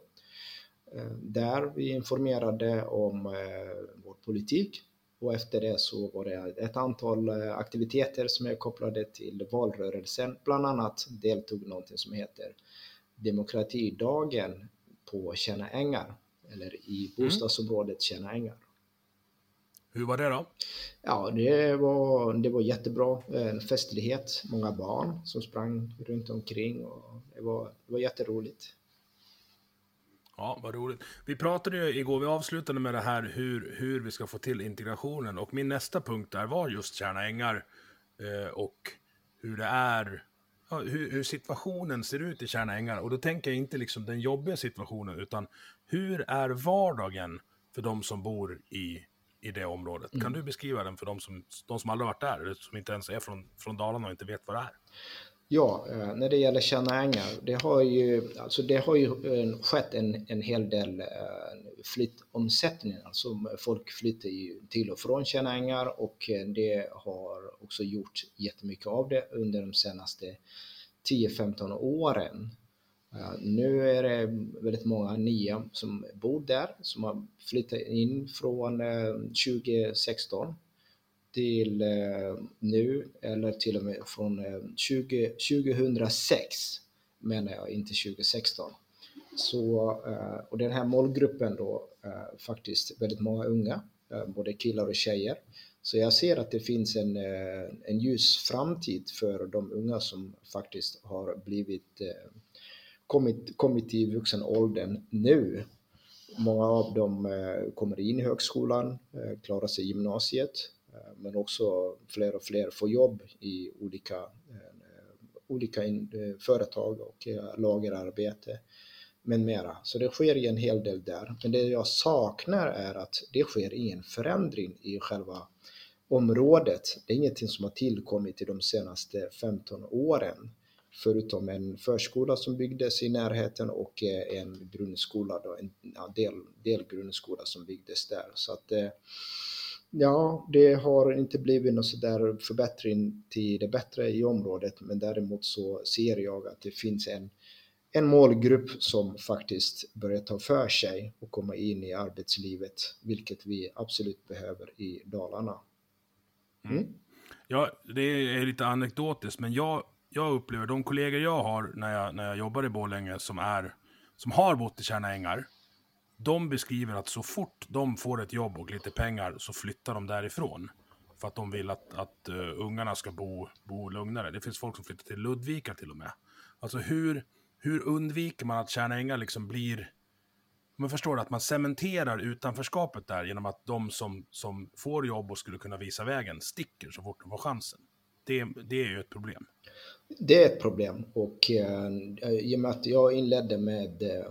där vi informerade om vår politik. Och efter det så var det ett antal aktiviteter som är kopplade till valrörelsen. Bland annat deltog någonting som heter Demokratidagen på Tjärna Ängar, eller i bostadsområdet Tjärna Ängar. Hur var det då? Ja, det var, det var jättebra. En festlighet, många barn som sprang runt omkring, och det var, det var jätteroligt. Ja, vad roligt. Vi pratade ju igår, vi avslutade med det här hur, hur vi ska få till integrationen, och min nästa punkt där var just Tjärna Ängar eh, och hur det är, ja, hur, hur situationen ser ut i Tjärna Ängar. Och då tänker jag inte liksom den jobbiga situationen, utan hur är vardagen för de som bor i, i det området? Mm. Kan du beskriva den för de som, de som aldrig varit där, eller som inte ens är från, från Dalarna och inte vet vad det är? Ja, när det gäller Tjärna Ängar, det har ju, alltså det har ju skett en, en hel del flyttomsättning. Alltså folk flyttar ju till och från Tjärna Ängar, och det har också gjort jättemycket av det under de senaste tio femton åren. Nu är det väldigt många nya som bor där, som har flyttat in från tjugo sexton. Till eh, nu, eller till och med från eh, tjugo, tjugohundrasex, menar jag, inte tjugo sexton. Så, eh, och den här målgruppen då, eh, faktiskt väldigt många unga, eh, både killar och tjejer. Så jag ser att det finns en, eh, en ljus framtid för de unga som faktiskt har blivit eh, kommit, kommit i vuxen åldern nu. Många av dem eh, kommer in i högskolan, eh, klarar sig i gymnasiet. Men också fler och fler får jobb i olika, eh, olika in, eh, företag och eh, lagerarbete med mera. Så det sker en hel del där. Men det jag saknar är att det sker ingen förändring i själva området. Det är ingenting som har tillkommit i de senaste femton åren. Förutom en förskola som byggdes i närheten och eh, en grundskola, då, en ja, del, del grundskola som byggdes där. Så att eh, Ja, det har inte blivit någon sådär förbättring till det bättre i området, men däremot så ser jag att det finns en, en målgrupp som faktiskt börjar ta för sig och komma in i arbetslivet, vilket vi absolut behöver i Dalarna. Mm. Mm. Ja, det är lite anekdotiskt, men jag, jag upplever de kollegor jag har när jag, när jag jobbar i Borlänge som, är, som har bott i Tjärna Ängar. De beskriver att så fort de får ett jobb och lite pengar så flyttar de därifrån. För att de vill att, att uh, ungarna ska bo, bo lugnare. Det finns folk som flyttar till Ludvika till och med. Alltså hur, hur undviker man att Tjärna Ängar liksom blir... Man förstår att man cementerar utanförskapet där genom att de som, som får jobb och skulle kunna visa vägen sticker så fort de får chansen. Det, det är ju ett problem. Det är ett problem, och eh, i och med att jag inledde med... Eh,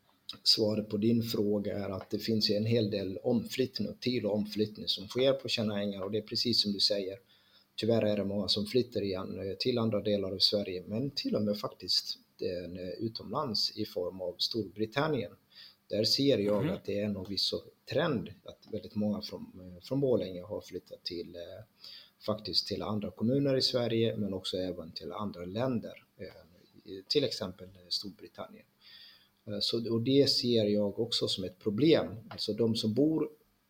Svaret på din fråga är att det finns en hel del omflyttning och till och omflyttning som sker på Tjärna Ängar, och det är precis som du säger. Tyvärr är det många som flyttar igen till andra delar av Sverige, men till och med faktiskt utomlands i form av Storbritannien. Där ser jag mm. att det är en viss trend att väldigt många från, från Borlänge har flyttat till faktiskt till andra kommuner i Sverige, men också även till andra länder, till exempel Storbritannien. Så, och det ser jag också som ett problem. Alltså de som bor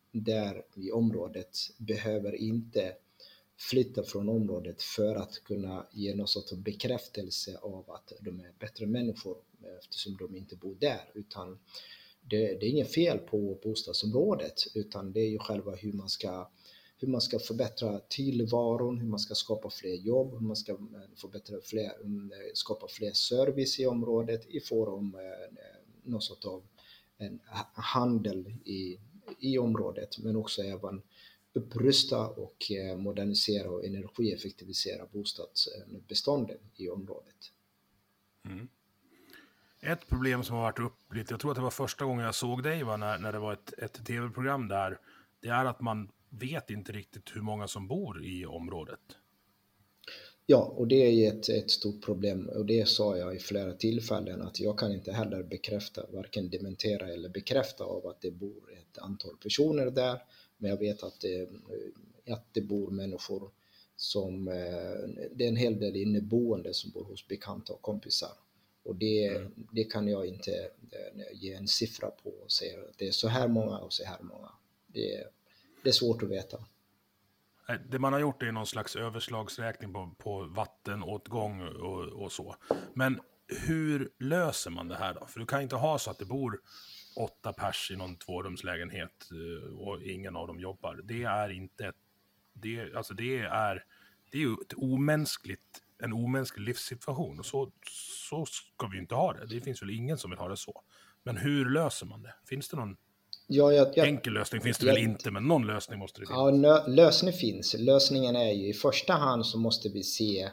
där i området behöver inte flytta från området för att kunna ge någon sorts bekräftelse av att de är bättre människor eftersom de inte bor där. Utan det, det är inget fel på bostadsområdet, utan det är ju själva hur man ska hur man ska förbättra tillvaron, hur man ska skapa fler jobb, hur man ska förbättra fler, skapa fler service i området i form av någon sort av en handel i, i området, men också även upprusta och modernisera och energieffektivisera bostadsbestånden i området. Mm. Ett problem som har varit upp lite, jag tror att det var första gången jag såg dig va, när, när det var ett, ett tv-program där, det är att man vet inte riktigt hur många som bor i området. Ja, och det är ju ett, ett stort problem, och det sa jag i flera tillfällen att jag kan inte heller bekräfta, varken dementera eller bekräfta av att det bor ett antal personer där, men jag vet att det, att det bor människor som, det är en hel del inneboende som bor hos bekanta och kompisar. Och det, mm. det kan jag inte ge en siffra på och säga att det är så här många och så här många. Det, det är svårt att veta. Det man har gjort är någon slags överslagsräkning på, på vattenåtgång och, och så. Men hur löser man det här då? För du kan inte ha så att det bor åtta pers i någon tvårumslägenhet och ingen av dem jobbar. Det är inte det, alltså det är det är ju ett omänskligt, en omänsklig livssituation, och så, så ska vi inte ha det. Det finns väl ingen som vill ha det så. Men hur löser man det? Finns det någon ja, jag, jag, enkel lösning? Finns det jag, väl inte, men någon lösning måste det finnas. Ja, nö, lösning finns. Lösningen är ju i första hand så måste vi se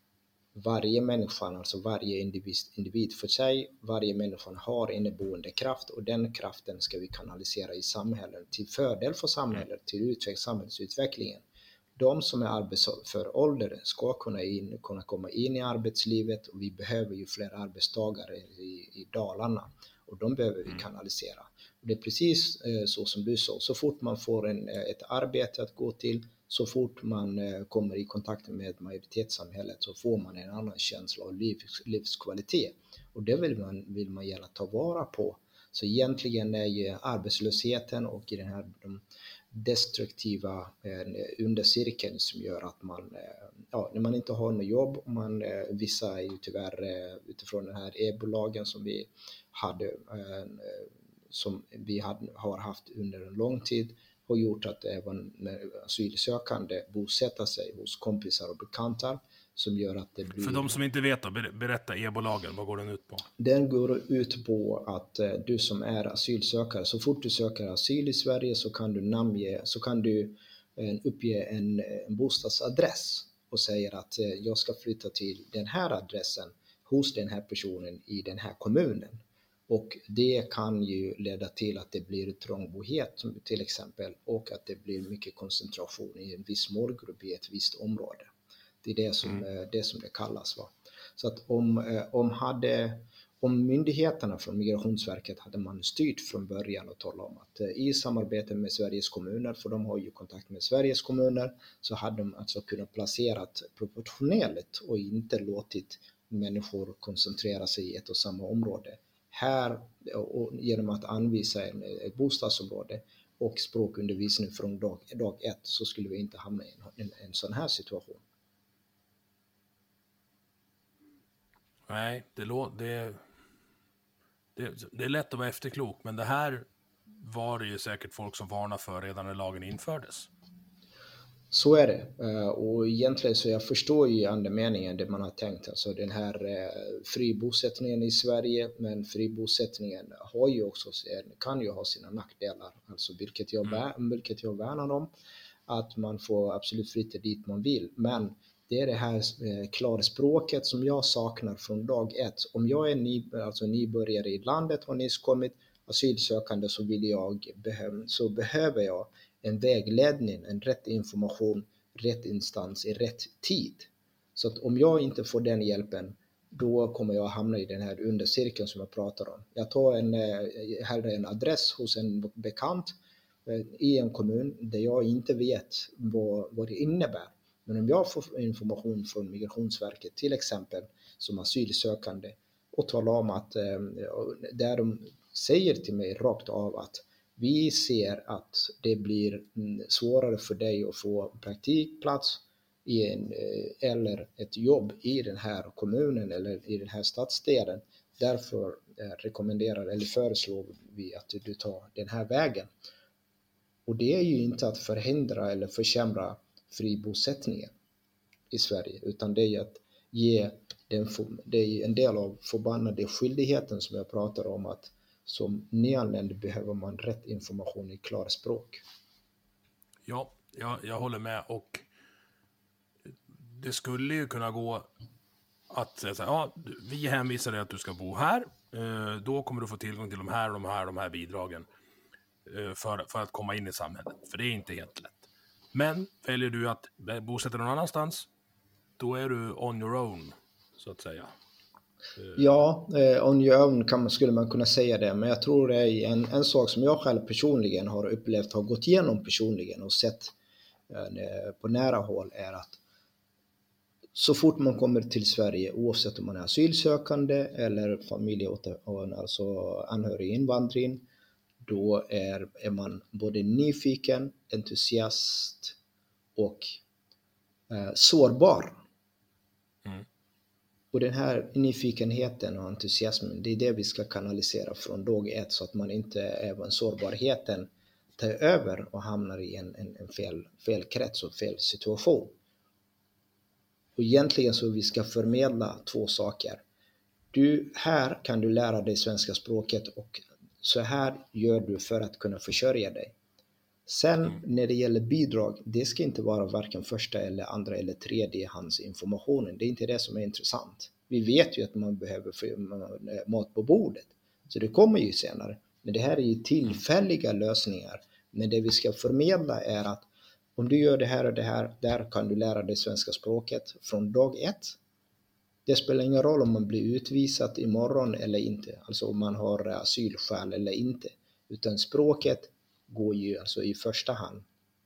varje människa, alltså varje individ, individ för sig. Varje människa har inneboende kraft, och den kraften ska vi kanalisera i samhället till fördel för samhället, till utveck, samhällsutvecklingen. De som är arbetsför ålder ska kunna, in, kunna komma in i arbetslivet, och vi behöver ju fler arbetstagare i, i Dalarna, och de behöver vi kanalisera. Och det är precis eh, så som du sa, så fort man får en, ett arbete att gå till, så fort man eh, kommer i kontakt med majoritetssamhället, så får man en annan känsla av livs, livskvalitet, och det vill man, vill man gärna ta vara på. Så egentligen är ju arbetslösheten och i den här de destruktiva eh, undercirkeln som gör att man, eh, ja, när man inte har något jobb, och man, eh, vissa är ju tyvärr eh, utifrån den här e-bolagen som vi hade, eh, som vi hade, har haft under en lång tid, har gjort att även asylsökande bosätter sig hos kompisar och bekantar, som gör att det blir... För de som inte vet då, berätta e-bolagen, vad går den ut på? Den går ut på att eh, du som är asylsökare, så fort du söker asyl i Sverige, så kan du namnge, så kan du eh, uppge en, en bostadsadress och säger att eh, jag ska flytta till den här adressen hos den här personen i den här kommunen. Och det kan ju leda till att det blir trångboddhet till exempel, och att det blir mycket koncentration i en viss målgrupp i ett visst område. Det är det som, mm. det, som det kallas. Va? Så att om, om, hade, om myndigheterna från Migrationsverket hade man styrt från början och talat om att i samarbete med Sveriges kommuner, för de har ju kontakt med Sveriges kommuner, så hade de alltså kunnat placera proportionellt och inte låtit människor koncentrera sig i ett och samma område. Här, och genom att anvisa en, ett bostadsområde och språkundervisning från dag, dag ett, så skulle vi inte hamna i en, en, en sån här situation. Nej, det, det, det, det är lätt att vara efterklok, men det här var det ju säkert folk som varnade för redan när lagen infördes. Så är det, och egentligen så jag förstår ju andemeningen det man har tänkt, alltså den här fribosättningen i Sverige, men fribosättningen har ju också, kan ju ha sina nackdelar, alltså vilket jag, mm. vilket jag värnar om, att man får absolut flytta dit man vill, men det är det här klarspråket som jag saknar från dag ett. Om jag är ny, alltså nybörjare i landet, har nyss kommit asylsökande, så vill jag så behöver jag en vägledning, en rätt information, rätt instans i rätt tid. Så att om jag inte får den hjälpen, då kommer jag hamna i den här undercirkeln som jag pratar om. Jag tar en, hellre en adress hos en bekant i en kommun där jag inte vet vad, vad det innebär. Men om jag får information från Migrationsverket, till exempel som asylsökande, och talar om att där de säger till mig rakt av att vi ser att det blir svårare för dig att få praktikplats i en, eller ett jobb i den här kommunen eller i den här stadsdelen. Därför rekommenderar eller föreslår vi att du tar den här vägen. Och det är ju inte att förhindra eller försämra fribosättningen i Sverige, utan det är att ge den, det är en del av förbannade skyldigheten som jag pratar om, att som nyanländ behöver man rätt information i klara språk. Ja, jag, jag håller med, och det skulle ju kunna gå Att säga så här, ja, vi hänvisar dig att du ska bo här. Eh, då kommer du få tillgång till de här, de här, de här bidragen. Eh, för, för att komma in i samhället. För det är inte helt lätt. Men väljer du att bosätta någon annanstans, då är du on your own, så att säga. Ja, eh, on your own kan man, skulle man kunna säga det. Men jag tror det är en, en sak som jag själv personligen har upplevt, har gått igenom personligen och sett eh, på nära håll, är att så fort man kommer till Sverige, oavsett om man är asylsökande eller familjeåter, alltså anhöriginvandring, då är, är man både nyfiken, entusiast och eh, sårbar. Mm. Och den här nyfikenheten och entusiasmen, det är det vi ska kanalisera från dag ett, så att man inte även sårbarheten tar över och hamnar i en, en, en fel, fel krets och fel situation. Och egentligen så vi ska förmedla två saker. Du, här kan du lära dig svenska språket och så här gör du för att kunna försörja dig. Sen mm. när det gäller bidrag, det ska inte vara varken första eller andra eller tredje hands informationen. Det är inte det som är intressant. Vi vet ju att man behöver mat på bordet. Så det kommer ju senare. Men det här är ju tillfälliga lösningar. Men det vi ska förmedla är att om du gör det här och det här, där kan du lära dig svenska språket från dag ett. Det spelar ingen roll om man blir utvisad imorgon eller inte. Alltså om man har asylskäl eller inte. Utan språket går ju alltså i första hand.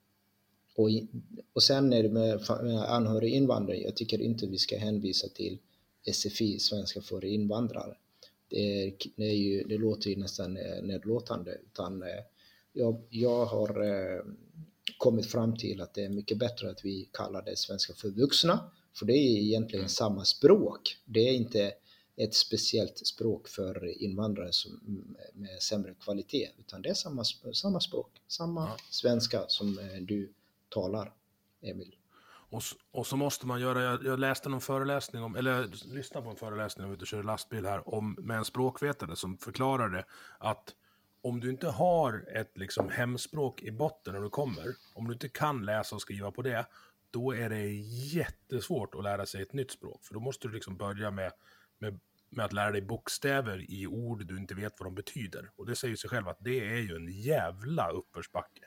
Och, i, och sen är det med, med anhöriginvandrare. Jag tycker inte vi ska hänvisa till S F I, svenska för invandrare. Det, är, det, är ju, det låter ju nästan nedlåtande. Utan jag, jag har eh, kommit fram till att det är mycket bättre att vi kallar det svenska för vuxna. För det är egentligen samma språk. Det är inte ett speciellt språk för invandrare som, med sämre kvalitet. Utan det är samma, samma språk. Samma ja. Svenska som du talar, Emil. Och, och så måste man göra, jag, jag läste någon föreläsning om, eller lyssnade på en föreläsning om att köra lastbil här, om, med en språkvetare som förklarade att om du inte har ett liksom hemspråk i botten när du kommer, om du inte kan läsa och skriva på det, då är det jättesvårt att lära sig ett nytt språk. För då måste du liksom börja med, med, med att lära dig bokstäver i ord du inte vet vad de betyder. Och det säger sig själv att det är ju en jävla uppförsbacke.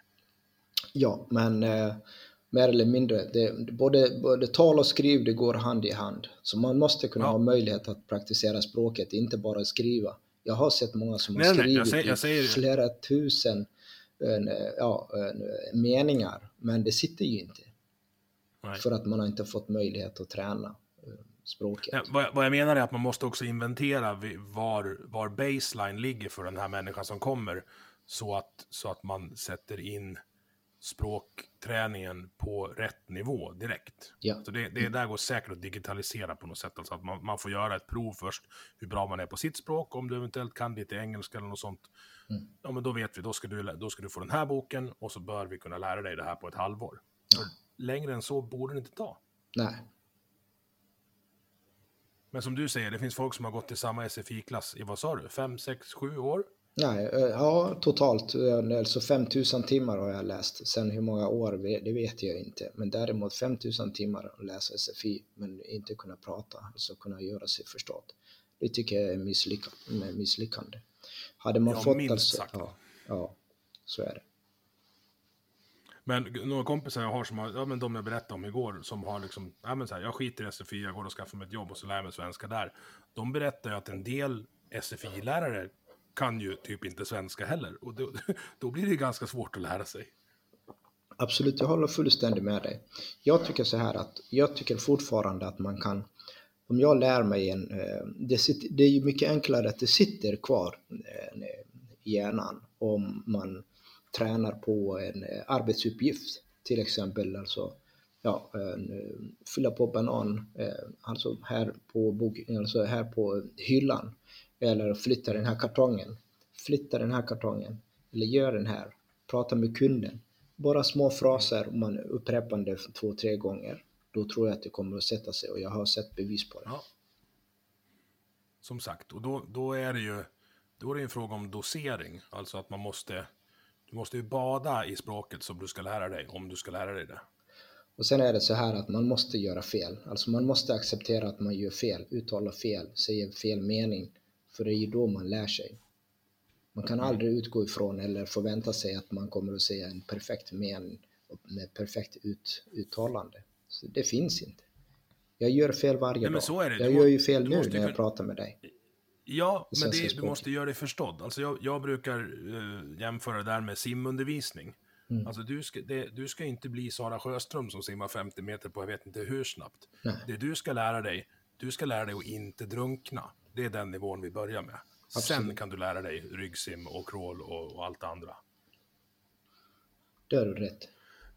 Ja, men eh, mer eller mindre, det, både, både tal och skriv, det går hand i hand. Så man måste kunna ja. ha möjlighet att praktisera språket, inte bara skriva. Jag har sett många som nej, har skrivit nej, jag säger, jag säger flera tusen ja, meningar, men det sitter ju inte. Nej. För att man har inte fått möjlighet att träna språket. Ja, vad, vad jag menar är att man måste också inventera var, var baseline ligger för den här människan som kommer, så att, så att man sätter in språkträningen på rätt nivå direkt. Ja. Så det, det där går säkert att digitalisera på något sätt. Alltså att man, man får göra ett prov först, hur bra man är på sitt språk. Om du eventuellt kan lite engelska eller något sånt. Mm. Ja, men då vet vi, då ska, du, då ska du få den här boken och så bör vi kunna lära dig det här på ett halvår. Ja. Längre än så borde det inte ta. Nej. Men som du säger, det finns folk som har gått i samma S F I-klass i, vad sa du, fem, sex, sju år? Nej, ja totalt, alltså femtusen timmar har jag läst. Sen hur många år, det vet jag inte. Men däremot femtusen timmar att läsa S F I men inte kunna prata, alltså kunna göra sig förstått. Det tycker jag är misslyckande. misslyckande. Hade man ja, fått minst alltså, sagt. Ja, ja, så är det. Men några kompisar jag har som har, ja men de jag berättade om igår, som har liksom, ja men så här, jag skiter i S F I, jag går och skaffar mig ett jobb och så lär jag mig svenska där. De berättar ju att en del S F I-lärare kan ju typ inte svenska heller. Och då, då blir det ganska svårt att lära sig. Absolut, jag håller fullständigt med dig. Jag tycker så här att, jag tycker fortfarande att man kan, om jag lär mig en, det, sitter, det är ju mycket enklare att det sitter kvar i hjärnan om man tränar på en arbetsuppgift. Till exempel alltså, ja, fylla på banan, alltså här på, bok, alltså här på hyllan. Eller flytta den här kartongen. Flytta den här kartongen. Eller gör den här. Prata med kunden. Bara små fraser man upprepande två, tre gånger. Då tror jag att det kommer att sätta sig. Och jag har sett bevis på det. Ja. Som sagt. Och då, då är det ju då är det en fråga om dosering. Alltså att man måste du måste ju bada i språket som du ska lära dig. Om du ska lära dig det. Och sen är det så här att man måste göra fel. Alltså man måste acceptera att man gör fel, uttalar fel, säger fel mening. För det är ju då man lär sig. Man kan aldrig utgå ifrån eller förvänta sig att man kommer att säga en perfekt mening med perfekt ut, uttalande. Så det finns inte. Jag gör fel varje Nej, men dag. så är det. Jag Du gör må- ju fel du nu måste när ju jag kun- pratar med dig. Ja, men svenska det, du språket. måste göra det förstådd. Alltså jag, jag brukar eh, jämföra det där med simundervisning. Mm. Alltså du ska, det, du ska inte bli Sara Sjöström som simmar femtio meter på jag vet inte hur snabbt. Nej. Det du ska lära dig, du ska lära dig att inte drunkna. Det är den nivån vi börjar med. Sen Absolut. kan du lära dig ryggsim och crawl och, och allt det andra. Det är du rätt.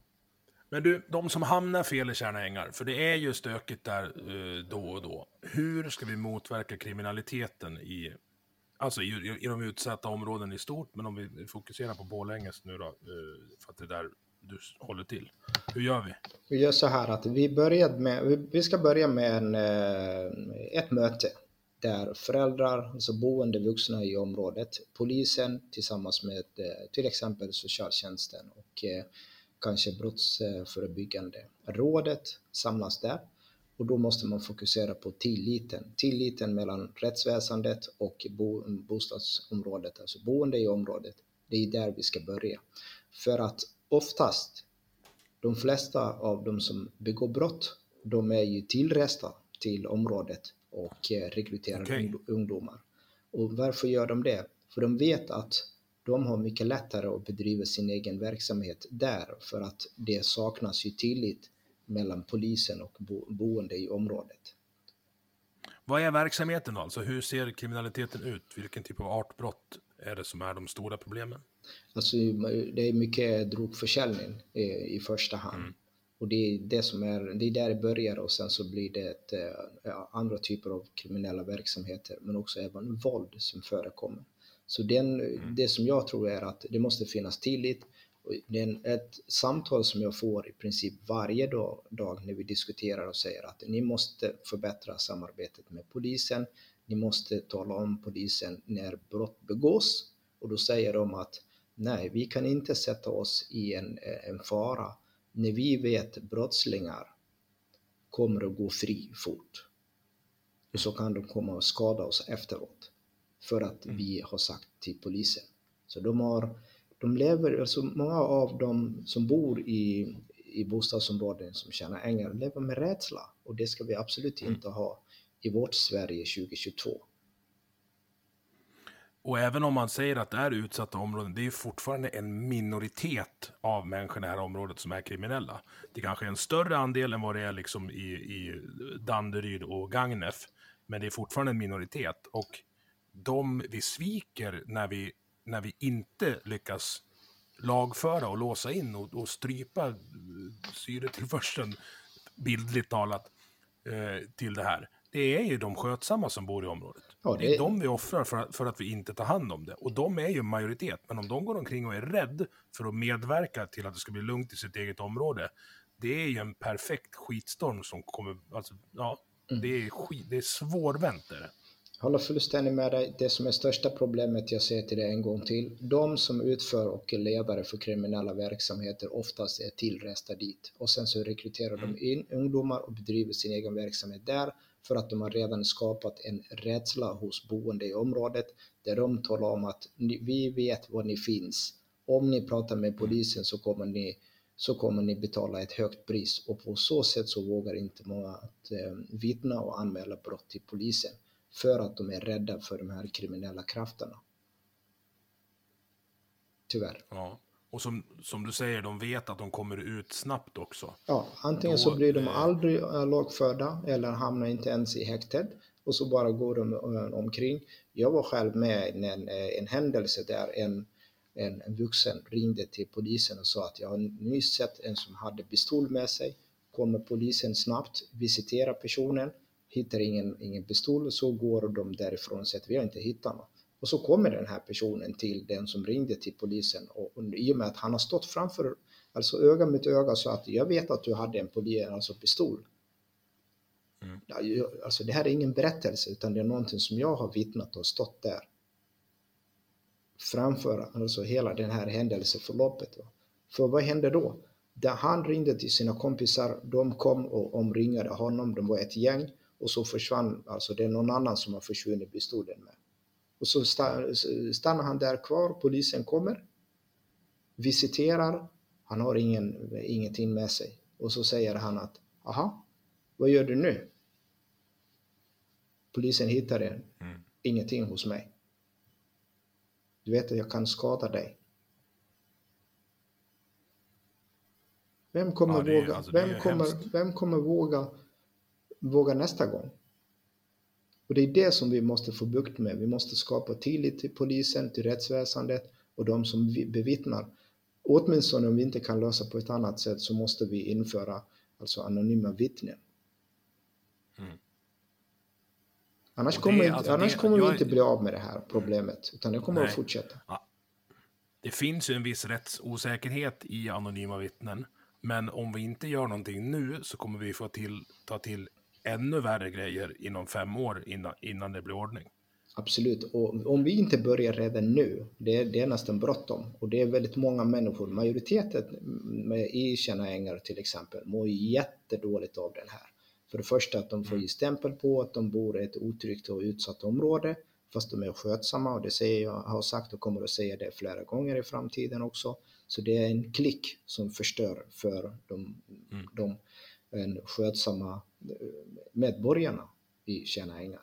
Men du, de som hamnar fel i Tjärna ängar, för det är ju stökigt där eh, då och då. Hur ska vi motverka kriminaliteten i, alltså i, i, i de utsatta områden i stort, men om vi fokuserar på Borlänges nu då, eh, för att det är där du håller till. Hur gör vi? Vi gör så här att vi började med, vi- vi ska börja med en, eh, ett möte där föräldrar, alltså boende vuxna i området, polisen tillsammans med eh, till exempel socialtjänsten och eh, kanske brottsförebyggande rådet samlas där. Och då måste man fokusera på tilliten. Tilliten mellan rättsväsendet och bo, bostadsområdet, alltså boende i området. Det är där vi ska börja. För att oftast, de flesta av de som begår brott, de är ju tillresta till området och eh, rekryterar Okej. ung- ungdomar. Och varför gör de det? För de vet att de har mycket lättare att bedriva sin egen verksamhet där, för att det saknas ju tillit mellan polisen och bo- boende i området. Vad är verksamheten då? Alltså hur ser kriminaliteten ut? Vilken typ av artbrott är det som är de stora problemen? Alltså det är mycket drogförsäljning eh, i första hand. Mm. Och det är det som är, det är där det börjar, och sen så blir det ett, eh, ja, andra typer av kriminella verksamheter, men också även våld som förekommer. Så den, det som jag tror är att det måste finnas tillit. Och det är en- ett samtal som jag får i princip varje dag, dag när vi diskuterar och säger att ni måste förbättra samarbetet med polisen. Ni måste tala om polisen när brott begås. Och då säger de att nej, vi kan inte sätta oss i en, en fara när vi vet brottslingar kommer att gå fri fort. Och så kan de komma och skada oss efteråt. För att vi har sagt till polisen. Så de har, de lever, alltså många av dem som bor i, i bostadsområden som Tjärna ängar lever med rädsla. Och det ska vi absolut inte ha i vårt Sverige tjugohundratjugotvå. Och även om man säger att det är utsatta områden, det är ju fortfarande en minoritet av människor i det här området som är kriminella. Det kanske är en större andel än vad det är liksom i, i Danderyd och Gagnef, men det är fortfarande en minoritet. Och de vi sviker när vi, när vi inte lyckas lagföra och låsa in och, och strypa syretillförseln, bildligt talat, eh, till det här. Det är ju de skötsamma som bor i området. Ja, det... det- är de vi offrar för att, för att vi inte tar hand om det. Och de är ju majoritet. Men om de går omkring och är rädd för att medverka till att det ska bli lugnt i sitt eget område, det är ju en perfekt skitstorm som kommer, alltså, ja, det är, skit, det är svårvänt är det. Jag håller fullständigt med dig. Det som är största problemet, jag säger till dig en gång till, de som utför och är ledare för kriminella verksamheter oftast är tillresta dit. Och sen så rekryterar de in ungdomar och bedriver sin egen verksamhet där, för att de har redan skapat en rädsla hos boende i området, där de talar om att ni, vi vet var ni finns. Om ni pratar med polisen så kommer ni, så kommer ni betala ett högt pris. Och på så sätt så vågar inte många att eh, vittna och anmäla brott till polisen. För att de är rädda för de här kriminella krafterna. Tyvärr. Ja. Och som, som du säger, de vet att de kommer ut snabbt också. Ja, antingen Då, så blir de eh, aldrig äh, lagförda eller hamnar inte ens i häktet. Och så bara går de äh, omkring. Jag var själv med i en, en händelse där en, en, en vuxen ringde till polisen och sa att jag har nyss sett en som hade pistol med sig. Kommer polisen snabbt, visiterar personen, hittar ingen, ingen pistol, så går de därifrån och säger att vi har inte hittat något. Och så kommer den här personen till den som ringde till polisen, och, och i och med att han har stått framför, alltså öga mot öga, så att jag vet att du hade en polis, alltså pistol. Mm. Ja, jag- alltså det här är ingen berättelse, utan det är någonting som jag har vittnat och stått där framför, alltså hela den här händelseförloppet. Va? För vad hände då? Där han ringde till sina kompisar, de kom och omringade honom, de var ett gäng och så försvann, alltså det är någon annan som har försvunnit pistolen med. Och så stannar han där kvar, polisen kommer, visiterar, han har ingen, ingenting med sig. Och så säger han att, aha, vad gör du nu? Polisen hittar det, mm. ingenting hos mig. Du vet att jag kan skada dig. Vem kommer, ja, är, våga, alltså, vem kommer, vem kommer våga, våga nästa gång? Och det är det som vi måste få bukt med. Vi måste skapa tillit till polisen, till rättsväsendet och de som bevittnar. Åtminstone om vi inte kan lösa på ett annat sätt så måste vi införa alltså anonyma vittnen. Mm. Annars kommer, det, alltså annars det, kommer vi inte bli av med det här problemet, utan det kommer nej. att fortsätta. Ja. Det finns ju en viss rättsosäkerhet i anonyma vittnen, men om vi inte gör någonting nu så kommer vi få till, ta till ännu värre grejer inom fem år innan, innan det blir ordning. Absolut, och om vi inte börjar redan nu, det är, det är nästan bråttom. Och det är väldigt många människor, majoriteten med e-tjänarängar till exempel, mår jättedåligt av den här. För det första att de får ju stämpel på att de bor i ett otryggt och utsatt område, fast de är skötsamma, och det säger jag, har sagt och kommer att säga det flera gånger i framtiden också. Så det är en klick som förstör för de, mm. de en skötsamma medborgarna i tjänarängar.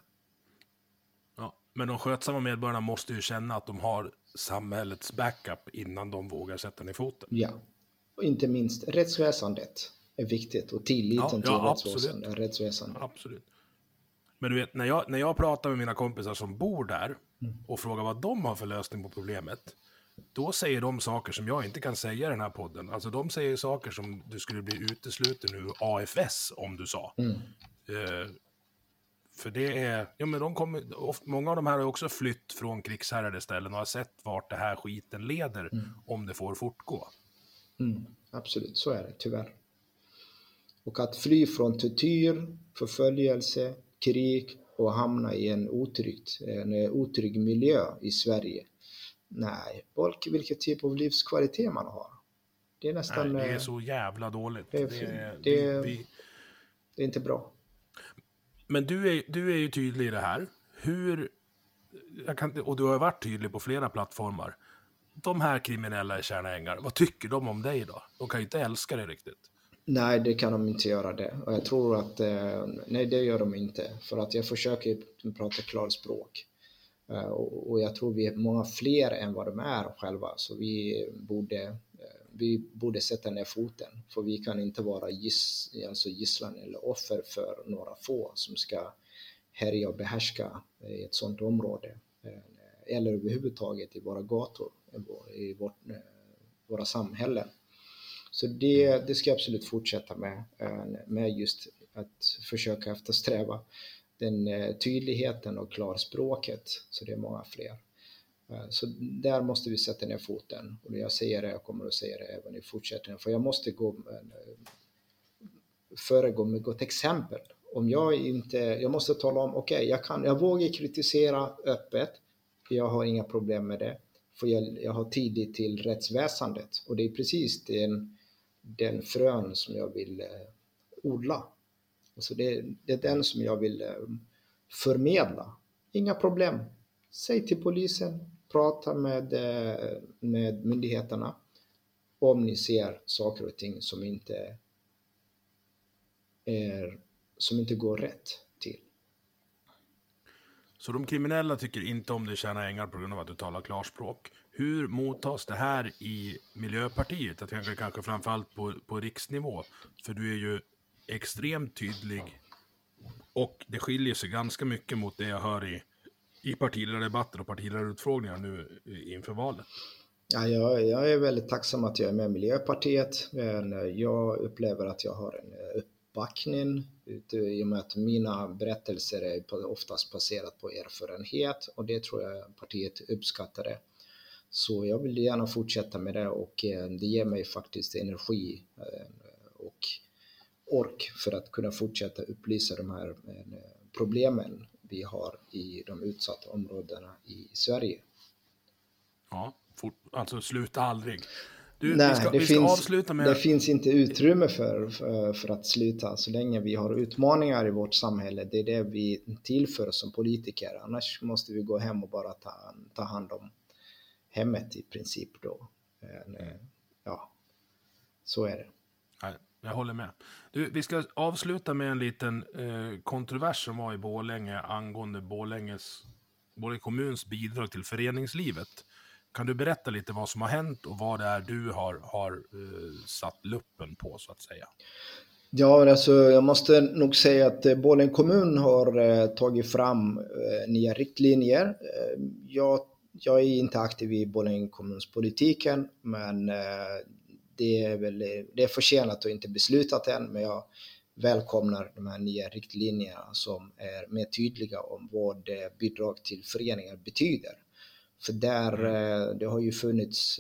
Ja, men de skötsamma medborgarna måste ju känna att de har samhällets backup innan de vågar sätta ner foten. Ja, och inte minst rättsväsendet är viktigt, och tilliten ja, till ja, rättsväsendet, rättsväsendet. Absolut. Men du vet, när jag, när jag pratar med mina kompisar som bor där mm. och frågar vad de har för lösning på problemet, då säger de saker som jag inte kan säga i den här podden. Alltså de säger saker som du skulle bli utesluten ur A F S om du sa. Mm. Uh, för det är, ja men de kommer, ofta, många av de här har också flytt från krigshärjade ställen och har sett vart det här skiten leder mm. om det får fortgå. Mm, absolut, så är det tyvärr. Och att fly från tortyr, förföljelse, krig och hamna i en otrygg, en otrygg miljö i Sverige. Nej, folk, vilken typ av livskvalitet man har. Det är nästan... Nej, det är så jävla dåligt. Det är, det är, det, vi, vi... det är inte bra. Men du är, du är ju tydlig i det här. Hur... Jag kan, och du har varit tydlig på flera plattformar. De här kriminella i Tjärnaängar, vad tycker de om dig då? De kan ju inte älska dig riktigt. Nej, det kan de inte göra det. Och jag tror att... Eh, nej, det gör de inte. För att jag försöker prata klarspråk. Uh, och, och jag tror vi är många fler än vad de är själva. Så vi borde, uh, vi borde sätta ner foten. För vi kan inte vara giss, alltså gisslan eller offer för några få som ska härja och behärska i ett sådant område. Uh, eller överhuvudtaget i våra gator, i vårt, uh, våra samhällen. Så det, det ska jag absolut fortsätta med. Uh, med just att försöka eftersträva den tydligheten och klarspråket, så det är många fler. Så där måste vi sätta ner foten, och jag säger det, jag kommer att säga det även i fortsättningen, för jag måste gå föregå med gott exempel. Om jag inte, jag måste tala om, okej, okay, jag kan, jag vågar kritisera öppet, jag har inga problem med det, för jag, jag har tillit till rättsväsendet, och det är precis den, den frön som jag vill eh, odla. Så det, det är den som jag vill förmedla. Inga problem. Säg till polisen, prata med, med myndigheterna om ni ser saker och ting som inte, är, som inte går rätt till. Så de kriminella tycker inte om det Tjärnaängar på grund av att du talar klarspråk. Hur mottas det här i Miljöpartiet? Jag tänker kanske framförallt på, på riksnivå. För du är ju extremt tydlig, och det skiljer sig ganska mycket mot det jag hör i, i partiledardebatter och partiledarutfrågningar nu inför valet. Ja, jag, jag är väldigt tacksam att jag är med i Miljöpartiet, men jag upplever att jag har en uppbackning i och med att mina berättelser är oftast baserat på erfarenhet, och det tror jag partiet uppskattar det. Så jag vill gärna fortsätta med det, och det ger mig faktiskt energi och ork för att kunna fortsätta upplysa de här problemen vi har i de utsatta områdena i Sverige. Ja, fort, alltså sluta aldrig. Du, Nej, vi ska, det, vi ska finns, avsluta med... det finns inte utrymme för, för, för att sluta så länge vi har utmaningar i vårt samhälle. Det är det vi tillför som politiker. Annars måste vi gå hem och bara ta, ta hand om hemmet i princip då. Ja, så är det. Nej, jag håller med. Du, vi ska avsluta med en liten eh, kontrovers som var i Borlänge angående Borlänges, Borlänge kommuns bidrag till föreningslivet. Kan du berätta lite vad som har hänt och vad det är du har, har eh, satt luppen på, så att säga? Ja, alltså jag måste nog säga att Borlänge kommun har eh, tagit fram eh, nya riktlinjer. Eh, jag, jag är inte aktiv i Borlänge kommuns politiken, men eh, det är väl det är försenat och inte beslutat än, men jag välkomnar de här nya riktlinjerna som är mer tydliga om vad bidrag till föreningar betyder. För där det har ju funnits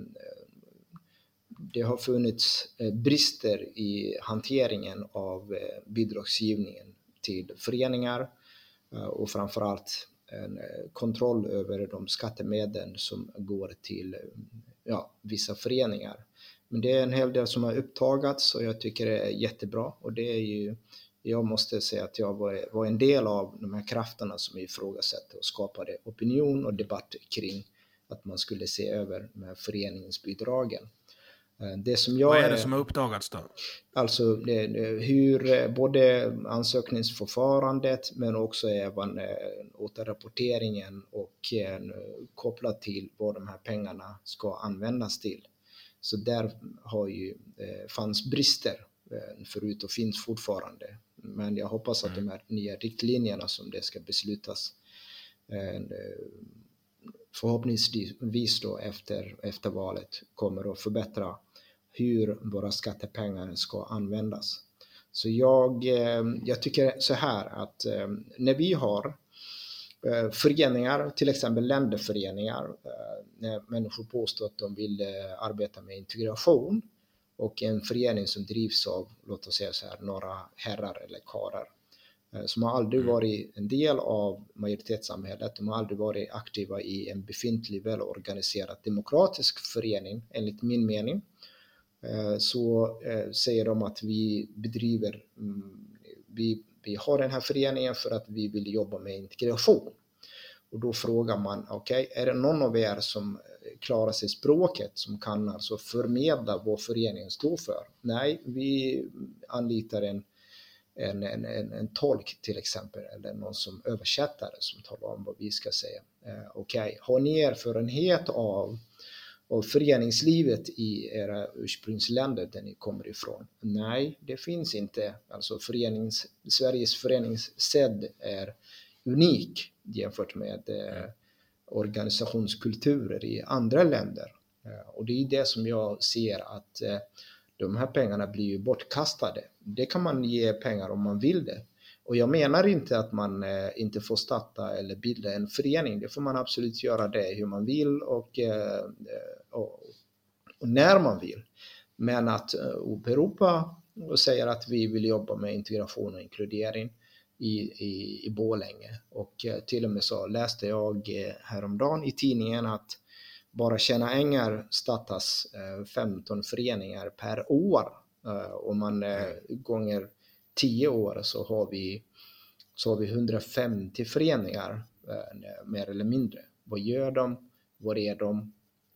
det har funnits brister i hanteringen av bidragsgivningen till föreningar och framförallt en kontroll över de skattemedel som går till ja, vissa föreningar. Men det är en hel del som har upptagats och jag tycker det är jättebra, och det är ju, jag måste säga att jag var, var en del av de här krafterna som ifrågasatte och skapade opinion och debatt kring att man skulle se över de här föreningsbidragen. Det som jag Vad är det som har uppdagats då? Alltså det, det, hur både ansökningsförfarandet men också även eh, återrapporteringen och eh, kopplat till vad de här pengarna ska användas till. Så där har ju, eh, fanns brister eh, förut och finns fortfarande. Men jag hoppas att de här nya riktlinjerna som det ska beslutas eh, förhoppningsvis då efter, efter valet kommer att förbättra hur våra skattepengar ska användas. Så jag, jag tycker så här att när vi har föreningar, till exempel länderföreningar, när människor påstår att de vill arbeta med integration och en förening som drivs av, låt oss säga så här, några herrar eller karlar som har aldrig varit en del av majoritetssamhället, de har aldrig varit aktiva i en befintlig välorganiserad demokratisk förening, enligt min mening. Så säger de att vi bedriver, vi, vi har den här föreningen för att vi vill jobba med integration. Och då frågar man, okej, okay, är det någon av er som klarar sig språket, som kan alltså förmedla vad föreningen står för? Nej, vi anlitar en En, en, en, en tolk till exempel, eller någon som översättare som talar om vad vi ska säga. Eh, Okej, okay. Har ni erfarenhet av, av föreningslivet i era ursprungsländer där ni kommer ifrån? Nej, det finns inte. Alltså förenings, Sveriges föreningssed är unik jämfört med eh, organisationskulturer i andra länder. Eh, och det är det som jag ser att eh, de här pengarna blir ju bortkastade. Det kan man ge pengar om man vill det. Och jag menar inte att man eh, inte får starta eller bilda en förening. Det får man absolut göra det hur man vill och, eh, och, och när man vill. Men att eh, åberopa och säga att vi vill jobba med integration och inkludering i, i, i Borlänge. Och eh, till och med så läste jag eh, häromdagen i tidningen att bara Tjäna Ängar startas femton föreningar per år. Om man gånger tio år så har vi, så har vi hundrafemtio föreningar mer eller mindre. Vad gör de? Vad är de?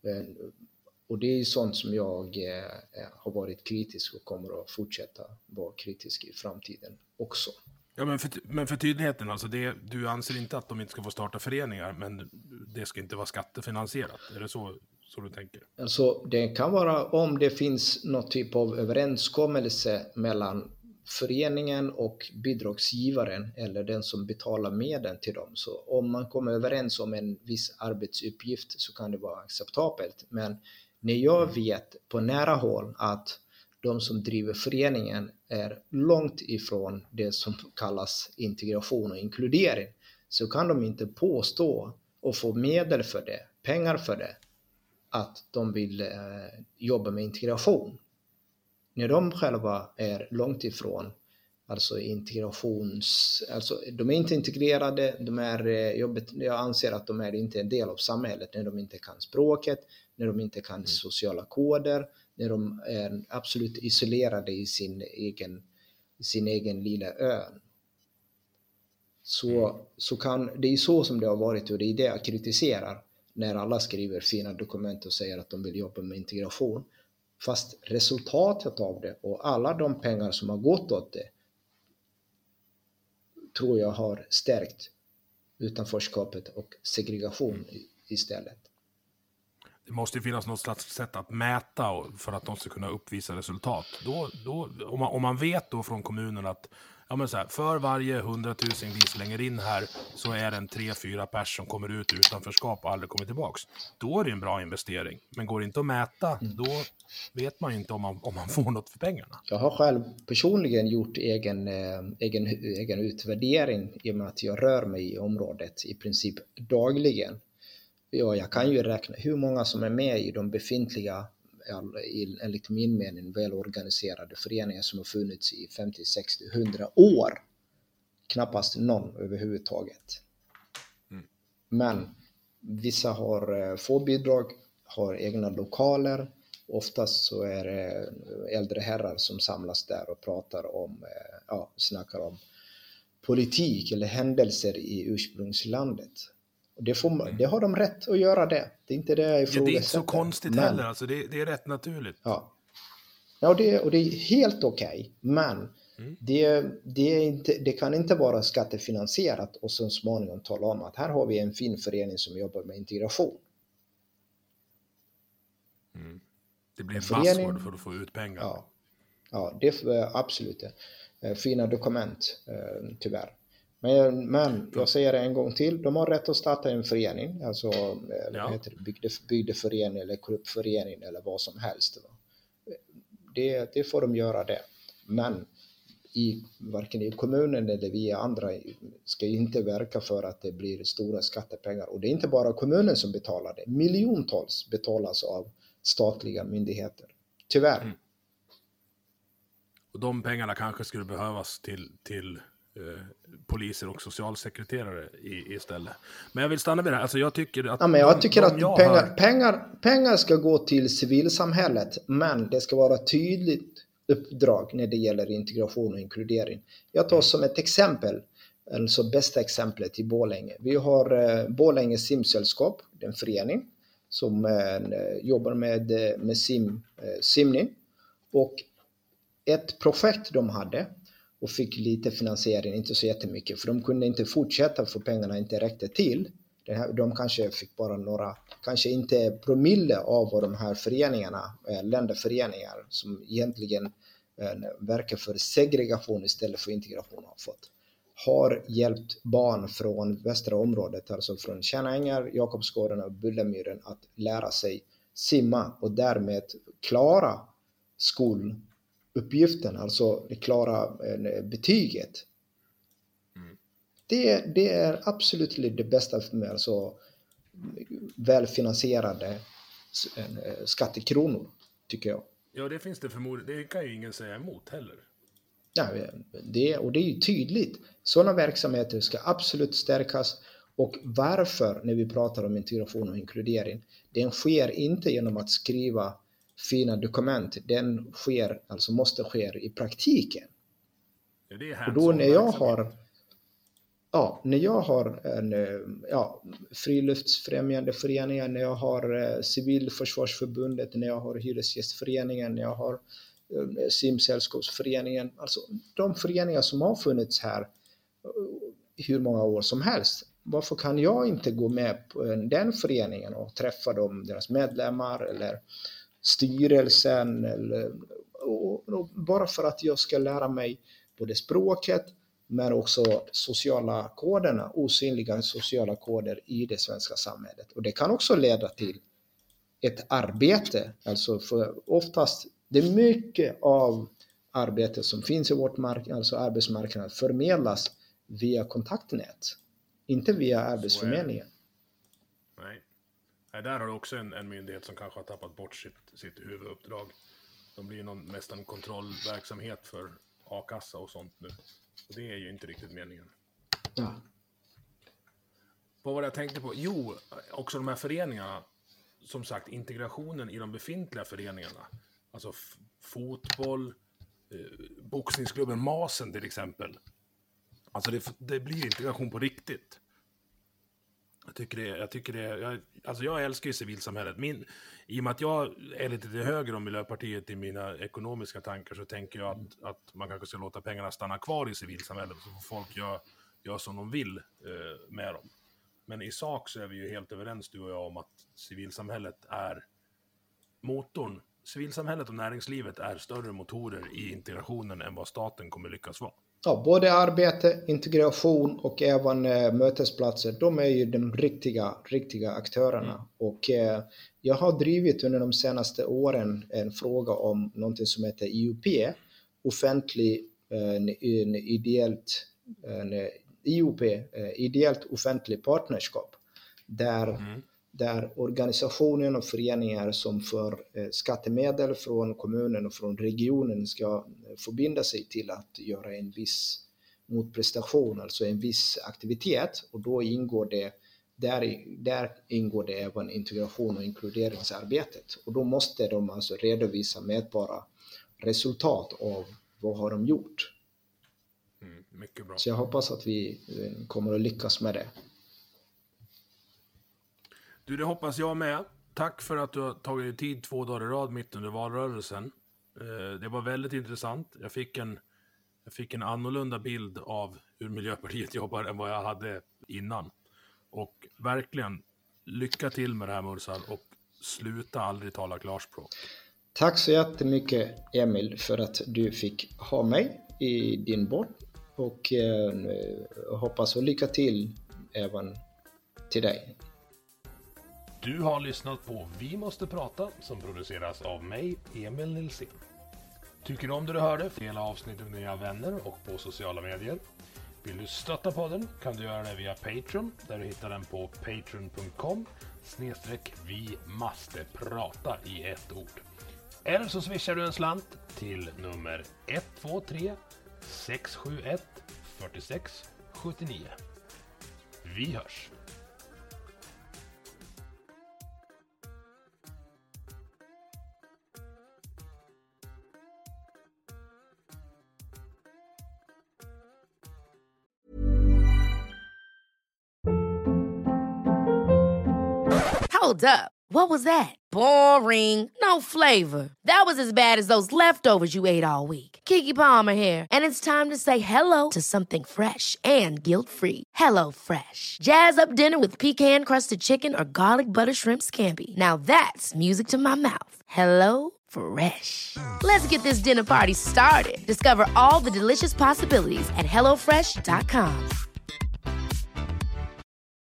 Och det är sånt som jag har varit kritisk och kommer att fortsätta vara kritisk i framtiden också. Ja, men för, men för tydligheten, alltså det, du anser inte att de inte ska få starta föreningar, men det ska inte vara skattefinansierat. Är det så, så du tänker? Alltså det kan vara om det finns någon typ av överenskommelse mellan föreningen och bidragsgivaren eller den som betalar medel till dem. Så om man kommer överens om en viss arbetsuppgift så kan det vara acceptabelt. Men när jag vet på nära håll att de som driver föreningen är långt ifrån det som kallas integration och inkludering, så kan de inte påstå och få medel för det, pengar för det, att de vill eh, jobba med integration. När de själva är långt ifrån alltså integrations, alltså de är inte integrerade, de är jobbet, jag anser att de är inte en del av samhället när de inte kan språket, när de inte kan sociala koder, när de är absolut isolerade i sin egen, sin egen lilla ö. Så, så kan, det är så som det har varit och det är det jag kritiserar när alla skriver fina dokument och säger att de vill jobba med integration. Fast resultatet av det och alla de pengar som har gått åt det tror jag har stärkt utanförskapet och segregation istället. Det måste ju finnas något slags sätt att mäta för att de ska kunna uppvisa resultat. Då, då, om, man, om man vet då från kommunen att ja, men så här, för varje hundratusen vi slänger in här så är det en tre, fyra pers som kommer ut utanförskap och aldrig kommer tillbaks. Då är det en bra investering. Men går det inte att mäta, mm. då vet man inte om man, om man får något för pengarna. Jag har själv personligen gjort egen, eh, egen, egen utvärdering i och med att jag rör mig i området i princip dagligen. Ja, jag kan ju räkna hur många som är med i de befintliga, enligt min mening, välorganiserade föreningar som har funnits i femtio, sextio, hundra år. Knappast någon överhuvudtaget. Mm. Men vissa har få bidrag, har egna lokaler. Oftast så är det äldre herrar som samlas där och pratar om, ja, snackar om politik eller händelser i ursprungslandet. Och det, får, det har de rätt att göra det. Det är inte det jag ifrågasätter. Ja, det är inte så konstigt men, heller. Alltså det, det är rätt naturligt. Ja, ja det, och det är helt okej. Okay, men mm. det, det, är inte, det kan inte vara skattefinansierat och så småningom tala om att här har vi en fin förening som jobbar med integration. Mm. Det blir en password för att få ut pengar. Ja, ja det är absolut det. Fina dokument, tyvärr. Men, men jag säger det en gång till, de har rätt att starta en förening, alltså ja. heter det, bygde, bygdeförening eller klubbförening eller vad som helst. Det, det får de göra det. Men i, varken i kommunen eller vi andra ska inte verka för att det blir stora skattepengar. Och det är inte bara kommunen som betalar det. Miljontals betalas av statliga myndigheter. Tyvärr. Mm. Och de pengarna kanske skulle behövas till... till... Eh, poliser och socialsekreterare i, istället. Men jag vill stanna vid det här. Alltså jag tycker att, ja, men jag tycker att jag pengar, har... pengar, pengar ska gå till civilsamhället, men det ska vara tydligt uppdrag när det gäller integration och inkludering. Jag tar som ett exempel, alltså bästa exemplet i Borlänge. Vi har eh, Borlänge simsällskap, en förening som eh, jobbar med, med sim, eh, simning, och ett projekt de hade och fick lite finansiering, inte så jättemycket, för de kunde inte fortsätta för pengarna inte räckte till. Den här, de kanske fick bara några, kanske inte promille av vad de här föreningarna, äh, länderföreningar som egentligen äh, verkar för segregation istället för integration har fått. Har hjälpt barn från västra området, alltså från Tjärnängar, Jakobsgården och Bullemyren att lära sig simma och därmed klara skol uppgiften, alltså klara betyget. Mm. Det, det är absolut det bästa för mig, alltså välfinansierade skattekronor, tycker jag. Ja, det finns det förmodligen, det kan ju ingen säga emot heller. Ja, det, och det är ju tydligt. Sådana verksamheter ska absolut stärkas. Och varför, när vi pratar om integration och inkludering, den sker inte genom att skriva fina dokument, den sker, alltså måste ske i praktiken. Ja, det är och då när jag har ja, när jag har en ja, friluftsfrämjande föreningar, när jag har eh, civilförsvarsförbundet, när jag har hyresgästföreningen, när jag har eh, simsällskapsföreningen, alltså de föreningar som har funnits här hur många år som helst. Varför kan jag inte gå med på den föreningen och träffa dem, deras medlemmar eller styrelsen, eller, och, och bara för att jag ska lära mig både språket men också sociala koderna, osynliga sociala koder i det svenska samhället. Och det kan också leda till ett arbete, alltså för oftast det är mycket av arbete som finns i vårt mark, alltså arbetsmarknad förmedlas via kontaktnät, inte via arbetsförmedlingen. Nej. Nej, där har du också en, en myndighet som kanske har tappat bort sitt, sitt huvuduppdrag. De blir någon, nästan kontrollverksamhet för a-kassa och sånt nu. Och det är ju inte riktigt meningen. Ja. Vad var det jag tänkte på? Jo, också de här föreningarna. Som sagt, integrationen i de befintliga föreningarna. Alltså f- fotboll, eh, boxningsklubben Masen till exempel. Alltså det, det blir integration på riktigt. Jag tycker det, jag tycker det, jag, alltså jag älskar ju civilsamhället. Min, i och med att jag är lite till höger om Miljöpartiet i mina ekonomiska tankar, så tänker jag att, att man kanske ska låta pengarna stanna kvar i civilsamhället, så får folk gör, gör som de vill eh, med dem. Men i sak så är vi ju helt överens, du och jag, om att civilsamhället är motorn. Civilsamhället och näringslivet är större motorer i integrationen än vad staten kommer lyckas vara. Ja, både arbete, integration och även eh, mötesplatser, de är ju de riktiga, riktiga aktörerna. Mm. Och eh, jag har drivit under de senaste åren en fråga om något som heter I U P, offentlig, eh, en ideellt, en, I U P, eh, ideellt offentlig partnerskap, där, mm. där organisationen och föreningar som för eh, skattemedel från kommunen och från regionen ska förbinda sig till att göra en viss motprestation, alltså en viss aktivitet, och då ingår det där, där ingår det även integration och inkluderingsarbetet, och då måste de alltså redovisa mätbara resultat av vad har de gjort. Mm, mycket bra. Så jag hoppas att vi kommer att lyckas med det. Du, det hoppas jag med. Tack för att du har tagit dig tid två dagar i rad mitt under valrörelsen. Det var väldigt intressant. Jag fick en, jag fick en annorlunda bild av hur Miljöpartiet jobbar än vad jag hade innan. Och verkligen, lycka till med det här, Mursal, och sluta aldrig tala klarspråk. Tack så jättemycket, Emil, för att du fick ha mig i din båt, och eh, hoppas och lycka till även till dig. Du har lyssnat på Vi måste prata, som produceras av mig, Emil Nilsson. Tycker du om det du hörde? Dela avsnittet med dina vänner och på sociala medier. Vill du stötta podden kan du göra det via Patreon, där du hittar den på patreon punkt com snedstreck vi måste prata i ett ord. Eller så swishar du en slant till nummer ett två tre sex sju ett fyra sex sju nio. Vi hörs! Hold up. What was that? Boring. No flavor. That was as bad as those leftovers you ate all week. Keke Palmer here, and it's time to say hello to something fresh and guilt-free. Hello Fresh. Jazz up dinner with pecan-crusted chicken or garlic butter shrimp scampi. Now that's music to my mouth. Hello Fresh. Let's get this dinner party started. Discover all the delicious possibilities at hello fresh dot com.